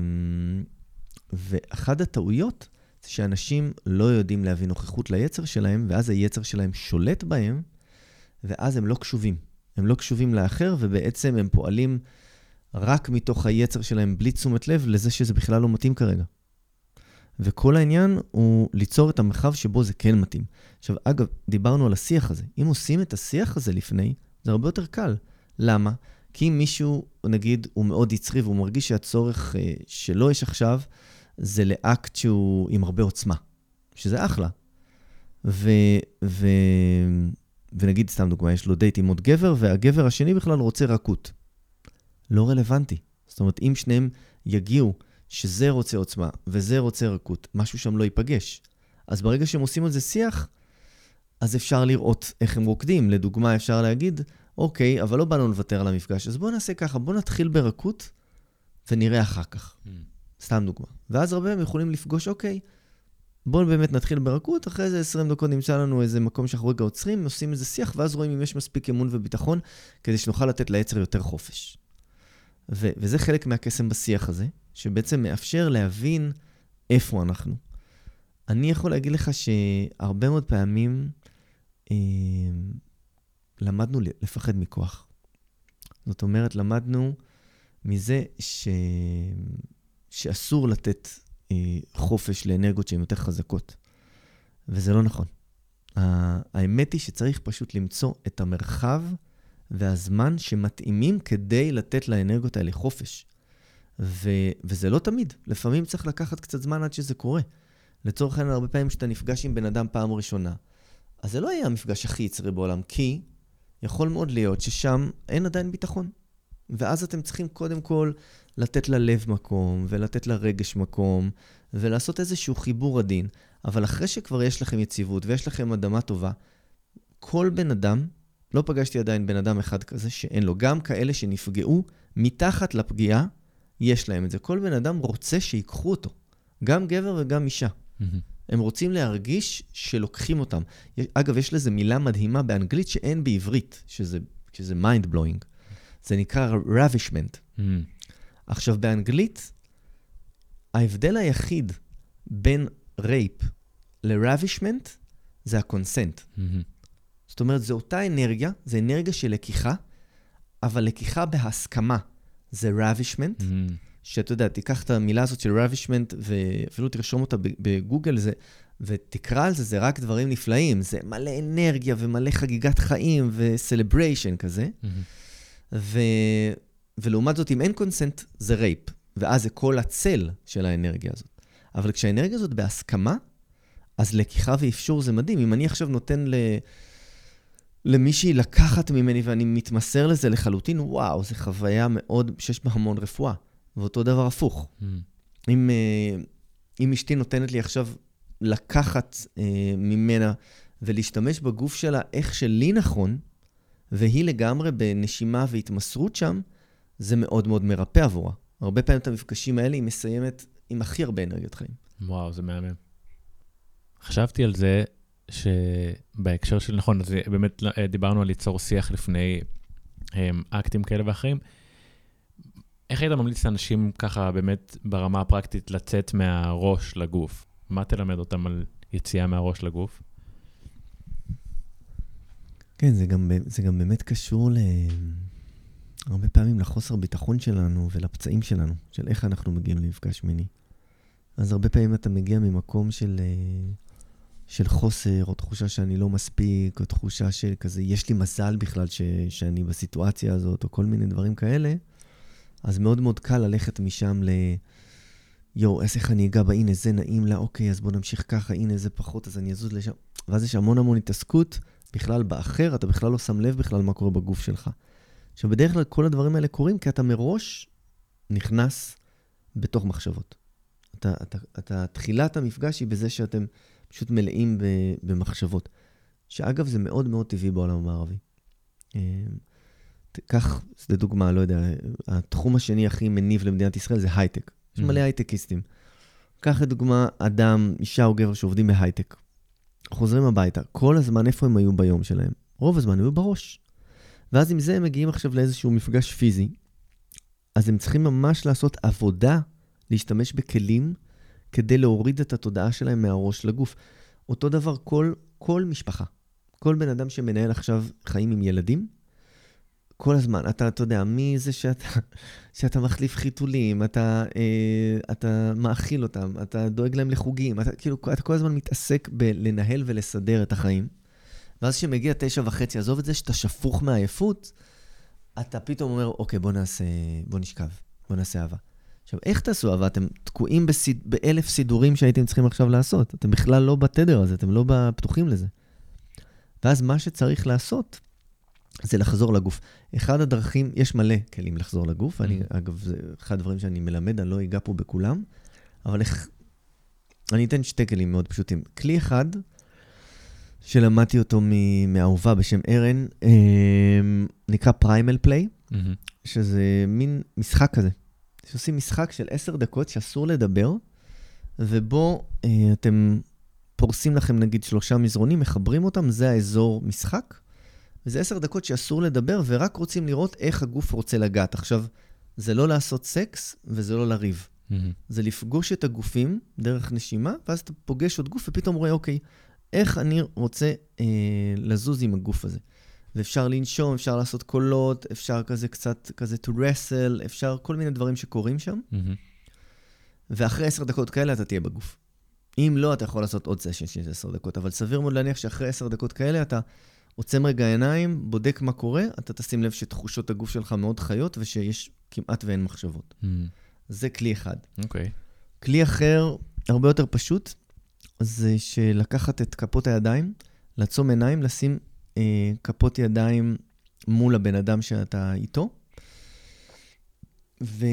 ואחד הטעויות זה שאנשים לא יודעים להביא נוכחות ליצר שלהם, ואז היצר שלהם שולט בהם, ואז הם לא קשובים. הם לא קשובים לאחר, ובעצם הם פועלים רק מתוך היצר שלהם, בלי תשומת לב לזה שזה בכלל לא מתאים כרגע. וכל העניין הוא ליצור את המרחב שבו זה כן מתאים. עכשיו, אגב, דיברנו על השיח הזה. אם עושים את השיח הזה לפני, זה הרבה יותר קל. למה? כי אם מישהו, נגיד, הוא מאוד יצרי, והוא מרגיש שהצורך שלו יש עכשיו, זה לאקט שהוא עם הרבה עוצמה. שזה אחלה. ו... ו... ונגיד, סתם דוגמה, יש לו דייט עם עוד גבר, והגבר השני בכלל רוצה רכות. לא רלוונטי. זאת אומרת, אם שניהם יגיעו שזה רוצה עוצמה וזה רוצה רכות, משהו שם לא ייפגש. אז ברגע שהם עושים על זה שיח, אז אפשר לראות איך הם רוקדים. לדוגמה, אפשר להגיד, אוקיי, אבל לא באנו לוותר על המפגש, אז בואו נעשה ככה, בואו נתחיל ברכות, ונראה אחר כך. Mm. סתם דוגמה. ואז הרבה הם יכולים לפגוש, אוקיי, בואו באמת נתחיל ברכות, אחרי זה עשרים דקות נמצא לנו איזה מקום שאנחנו רגע עוצרים, עושים איזה שיח, ואז רואים אם יש מספיק אמון וביטחון, כדי שנוכל לתת ליצר יותר חופש. ו- וזה חלק מהקסם בשיח הזה, שבעצם מאפשר להבין איפה אנחנו. אני יכול להגיד לך שהרבה מאוד פעמים אה, למדנו לפחד מכוח. זאת אומרת, למדנו מזה ש... שאסור לתת אה, חופש לאנרגיות שהן יותר חזקות. וזה לא נכון. האמת היא שצריך פשוט למצוא את המרחב והזמן שמתאימים כדי לתת לאנרגיות האלה חופש. ו... וזה לא תמיד. לפעמים צריך לקחת קצת זמן עד שזה קורה. לצורך העניין, הרבה פעמים שאתה נפגש עם בן אדם פעם ראשונה, אז זה לא היה המפגש הכי יצרי בעולם, כי יכול מאוד להיות ששם אין עדיין ביטחון. ואז אתם צריכים קודם כל לתת ללב מקום, ולתת לרגש מקום, ולעשות איזשהו חיבור עדין. אבל אחרי שכבר יש לכם יציבות, ויש לכם אדמה טובה, כל בן אדם, לא פגשתי עדיין בן אדם אחד כזה שאין לו, גם כאלה שנפגעו מתחת לפגיעה, יש להם את זה. כל בן אדם רוצה שיקחו אותו, גם גבר וגם אישה. Mm-hmm. הם רוצים להרגיש שלוקחים אותם. אגב, יש לזה מילה מדהימה באנגלית שאין בעברית, שזה, שזה mind blowing. זה נקרא ravishment. Mm-hmm. עכשיו, באנגלית, ההבדל היחיד בין רייפ ל-ravishment זה הקונסנט. Mm-hmm. זאת אומרת, זו אותה אנרגיה, זה אנרגיה של לקיחה, אבל לקיחה בהסכמה זה ravishment, mm-hmm. שאתה יודע, תיקח את המילה הזאת של ravishment, ואפילו תרשום אותה בגוגל, זה, ותקרא על זה, זה רק דברים נפלאים, זה מלא אנרגיה ומלא חגיגת חיים ו-celebration כזה. Mm-hmm. ו... ולעומת זאת, אם אין קונסנט, זה רייפ, ואז זה כל הצל של האנרגיה הזאת. אבל כשהאנרגיה הזאת בהסכמה, אז לקיחה ואפשור זה מדהים. אם אני עכשיו נותן ל... למישהי לקחת ממני ואני מתמסר לזה לחלוטין, וואו, זו חוויה מאוד, שיש בה המון רפואה. ואותו דבר הפוך. Mm. אם, אם אשתי נותנת לי עכשיו לקחת אה, ממנה ולהשתמש בגוף שלה איך שלי נכון, והיא לגמרי בנשימה והתמסרות שם, זה מאוד מאוד מרפא עבורה. הרבה פעמים את המפגשים האלה היא מסיימת עם הכי הרבה אנרגיות חיים. וואו, זה מהמם. חשבתי על זה שבהקשר של נכון, אז באמת דיברנו על ליצור שיח לפני הם, אקטים כאלה ואחרים. איך היית ממליץ לאנשים ככה באמת ברמה הפרקטית לצאת מהראש לגוף? מה תלמד אותם על יציאה מהראש לגוף? כן, זה גם, זה גם באמת קשור ל... הרבה פעמים לחוסר ביטחון שלנו ולפצעים שלנו, של איך אנחנו מגיעים למפגש מיני. אז הרבה פעמים אתה מגיע ממקום של, של חוסר, או תחושה שאני לא מספיק, או תחושה של כזה, יש לי מזל בכלל ש, שאני בסיטואציה הזאת, או כל מיני דברים כאלה, אז מאוד מאוד קל ללכת משם ל... יו, איך אני אגע בה, הנה זה נעים לה, אוקיי, אז בוא נמשיך ככה, הנה זה פחות, אז אני אזוז לשם. ואז יש המון המון התעסקות, בכלל באחר, אתה בכלל לא שם לב בכלל מה קורה בגוף שלך. עכשיו, בדרך כלל כל הדברים האלה קורים, כי אתה מראש נכנס בתוך מחשבות. אתה, אתה, אתה, תחילת המפגש היא בזה שאתם פשוט מלאים במחשבות. שאגב, זה מאוד מאוד טבעי בעולם המערבי. כך, זה דוגמה, לא יודע, התחום השני הכי מניב למדינת ישראל זה הייטק. יש מלא הייטקיסטים. כך לדוגמה, אדם, אישה או גבר שעובדים בהייטק. חוזרים הביתה. כל הזמן, איפה הם היו ביום שלהם? רוב הזמן היו בראש. ואז עם זה הם מגיעים עכשיו לאיזשהו מפגש פיזי, אז הם צריכים ממש לעשות עבודה, להשתמש בכלים, כדי להוריד את התודעה שלהם מהראש לגוף. אותו דבר כל, כל משפחה. כל בן אדם שמנהל עכשיו חיים עם ילדים, כל הזמן, אתה, אתה יודע, מי זה שאתה, שאתה מחליף חיתולים, אתה, אה, אתה מאכיל אותם, אתה דואג להם לחוגים, אתה, כאילו, אתה כל הזמן מתעסק בלנהל ולסדר את החיים, ואז שמגיע תשע וחצי, עזוב את זה שאתה שפוך מהעייפות, אתה פתאום אומר, אוקיי, בוא נעשה, בוא נשכב, בוא נעשה אהבה. עכשיו, איך תעשו אהבה? אתם תקועים בסיד, באלף סידורים שהייתם צריכים עכשיו לעשות. אתם בכלל לא בתדר הזה, אתם לא פתוחים לזה. ואז מה שצריך לעשות, זה לחזור לגוף. אחד הדרכים, יש מלא כלים לחזור לגוף, אני, אגב, זה אחד הדברים שאני מלמד, אני לא אגע פה בכולם, אבל איך, אני אתן שתי כלים מאוד פשוטים. כלי אחד, שלמדתי אותו מאהובה בשם ארן, נקרא פריימל פליי, שזה מין משחק כזה. שעושים משחק של עשר דקות שאסור לדבר, ובו אתם פורסים לכם נגיד שלושה מזרונים, מחברים אותם, זה האזור משחק, וזה עשר דקות שאסור לדבר, ורק רוצים לראות איך הגוף רוצה לגעת. עכשיו, זה לא לעשות סקס, וזה לא לריב. Mm-hmm. זה לפגוש את הגופים דרך נשימה, ואז אתה פוגש עוד גוף, ופתאום רואה, אוקיי, איך אני רוצה אה, לזוז עם הגוף הזה. ואפשר לנשום, אפשר לעשות קולות, אפשר כזה קצת, כזה to wrestle, אפשר כל מיני דברים שקורים שם. Mm-hmm. ואחרי עשר דקות כאלה אתה תהיה בגוף. אם לא, אתה יכול לעשות עוד סשן של עשר דקות, אבל סביר מאוד להניח שאחרי עשר דקות כאלה אתה עוצם רגע עיניים, בודק מה קורה, אתה תשים לב שתחושות הגוף שלך מאוד חיות, ושיש כמעט ואין מחשבות. Mm. זה כלי אחד. אוקיי. Okay. כלי אחר, הרבה יותר פשוט, זה שלקחת את כפות הידיים, לעצום עיניים, לשים אה, כפות ידיים מול הבן אדם שאתה איתו, ו...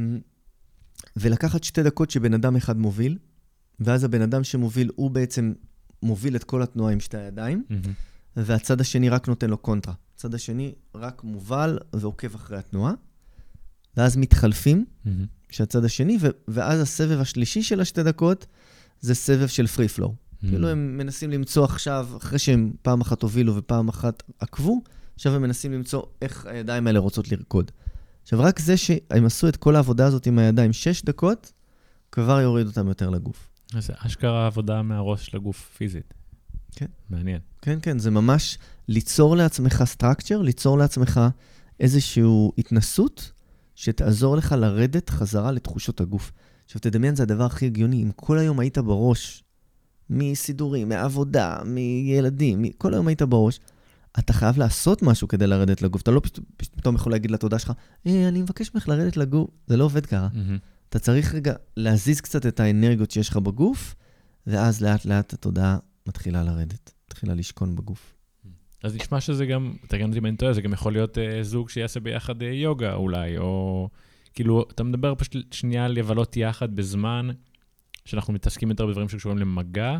ולקחת שתי דקות שבן אדם אחד מוביל, ואז הבן אדם שמוביל, הוא בעצם מוביל את כל התנועה עם שתי הידיים, mm-hmm. והצד השני רק נותן לו קונטרה. הצד השני רק מובל ועוקב אחרי התנועה, ואז מתחלפים, mm-hmm. שהצד השני, ו- ואז הסבב השלישי של השתי דקות, זה סבב של פרי פלואו. Mm-hmm. כאילו הם מנסים למצוא עכשיו, אחרי שהם פעם אחת הובילו ופעם אחת עקבו, עכשיו הם מנסים למצוא איך הידיים האלה רוצות לרקוד. עכשיו רק זה שהם עשו את כל העבודה הזאת עם הידיים שש דקות, כבר יוריד אותם יותר לגוף. זה אשכרה עבודה מהראש לגוף פיזית. כן. מעניין. כן, כן, זה ממש ליצור לעצמך סטרקצ'ר, ליצור לעצמך איזושהי התנסות, שתעזור לך לרדת חזרה לתחושות הגוף. עכשיו, תדמיין, זה הדבר הכי הגיוני. אם כל היום היית בראש, מסידורים, מעבודה, מילדים, כל היום היית בראש, אתה חייב לעשות משהו כדי לרדת לגוף. אתה לא פתאום יכול להגיד לתודה שלך, אה, אני מבקש ממך לרדת לגוף. זה לא עובד ככה. אתה צריך רגע להזיז קצת את האנרגיות שיש לך בגוף, ואז לאט לאט התודעה מתחילה לרדת, מתחילה לשכון בגוף. אז נשמע שזה גם, תגיד אותי אם טועה, זה גם יכול להיות אה, זוג שיעשה ביחד אה, יוגה אולי, או כאילו, אתה מדבר פשוט שנייה על לבלות יחד בזמן, שאנחנו מתעסקים יותר בדברים שקשורים למגע,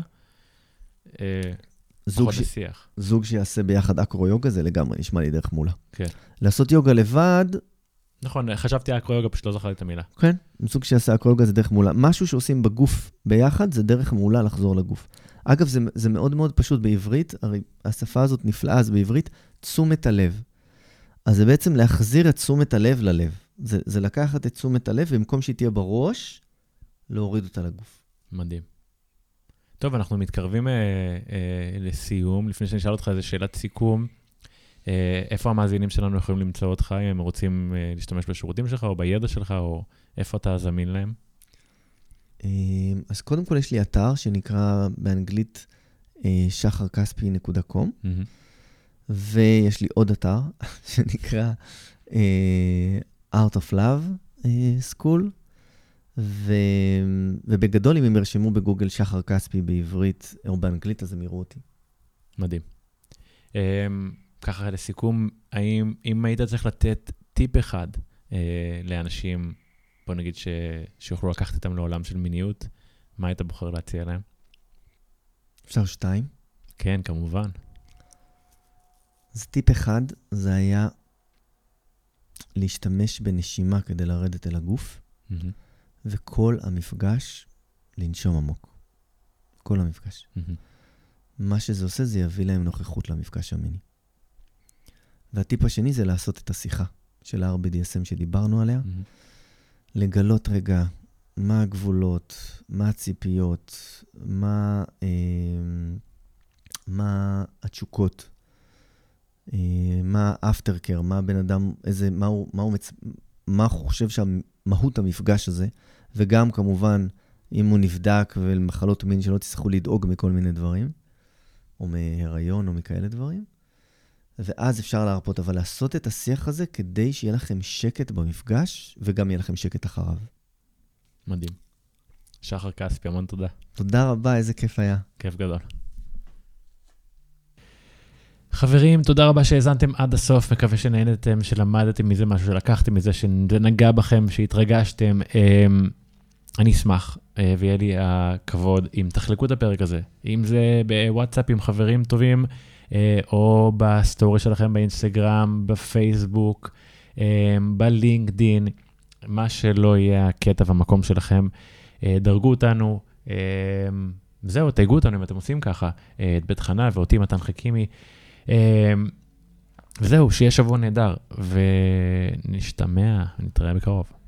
אה, פחות בשיח. זוג שיעשה ביחד אקרו-יוגה, זה לגמרי נשמע לי דרך מולה. כן. לעשות יוגה לבד, נכון, חשבתי אקרו-יוגה, פשוט לא זכרתי את המילה. כן, זוג שיעשה אקרו-יוגה זה דרך מעולה. משהו שעושים בגוף ביחד, זה דרך מעולה לחזור לגוף. אגב, זה, זה מאוד מאוד פשוט בעברית, הרי השפה הזאת נפלאה, אז בעברית, תשומת הלב. אז זה בעצם להחזיר את תשומת הלב ללב. זה, זה לקחת את תשומת הלב, ובמקום שהיא תהיה בראש, להוריד אותה לגוף. מדהים. טוב, אנחנו מתקרבים אה, אה, לסיום. לפני שאני אשאל אותך איזו שאלת סיכום, אה, איפה המאזינים שלנו יכולים למצוא אותך, אם הם רוצים אה, להשתמש בשירותים שלך, או בידע שלך, או איפה אתה זמין להם? אז קודם כל יש לי אתר שנקרא באנגלית שחר כספי נקודה קום, ויש לי עוד אתר שנקרא Art of Love School, ובגדול אם הם ירשמו בגוגל שחר כספי בעברית או באנגלית, אז הם יראו אותי. מדהים. ככה לסיכום, אם היית צריך לתת טיפ אחד לאנשים, בוא נגיד ש... שיוכלו לקחת איתם לעולם של מיניות, מה היית בוחר להציע להם? אפשר שתיים? כן, כמובן. אז טיפ אחד, זה היה להשתמש בנשימה כדי לרדת אל הגוף, mm-hmm. וכל המפגש לנשום עמוק. כל המפגש. Mm-hmm. מה שזה עושה, זה יביא להם נוכחות למפגש המיני. והטיפ השני זה לעשות את השיחה של ה-אר בי די אס אם שדיברנו עליה, mm-hmm. לגלות רגע מה הגבולות, מה הציפיות, מה, אה, מה התשוקות, אה, מה האפטר-קר, מה הבן אדם, איזה, מה הוא, מה הוא, מצ... מה הוא חושב שהמהות המפגש הזה, וגם כמובן, אם הוא נבדק ולמחלות מין שלא תצטרכו לדאוג מכל מיני דברים, או מהיריון או מכאלה דברים, ואז אפשר להרפות, אבל לעשות את השיח הזה כדי שיהיה לכם שקט במפגש, וגם יהיה לכם שקט אחריו. מדהים. שחר כספי, המון תודה. תודה רבה, איזה כיף היה. כיף גדול. חברים, תודה רבה שהאזנתם עד הסוף, מקווה שנהנתם, שלמדתם מזה משהו, שלקחתם מזה, שנגע בכם, שהתרגשתם. אני אשמח, ויהיה לי הכבוד אם תחלקו את הפרק הזה, אם זה בוואטסאפ עם חברים טובים, או בסטורי שלכם באינסטגרם, בפייסבוק, בלינקדין, מה שלא יהיה הקטע והמקום שלכם, דרגו אותנו, זהו, תייגו אותנו אם אתם עושים ככה, את בית חנה ואותי מתן חכימי, וזהו, שיהיה שבוע נהדר, ונשתמע, נתראה בקרוב.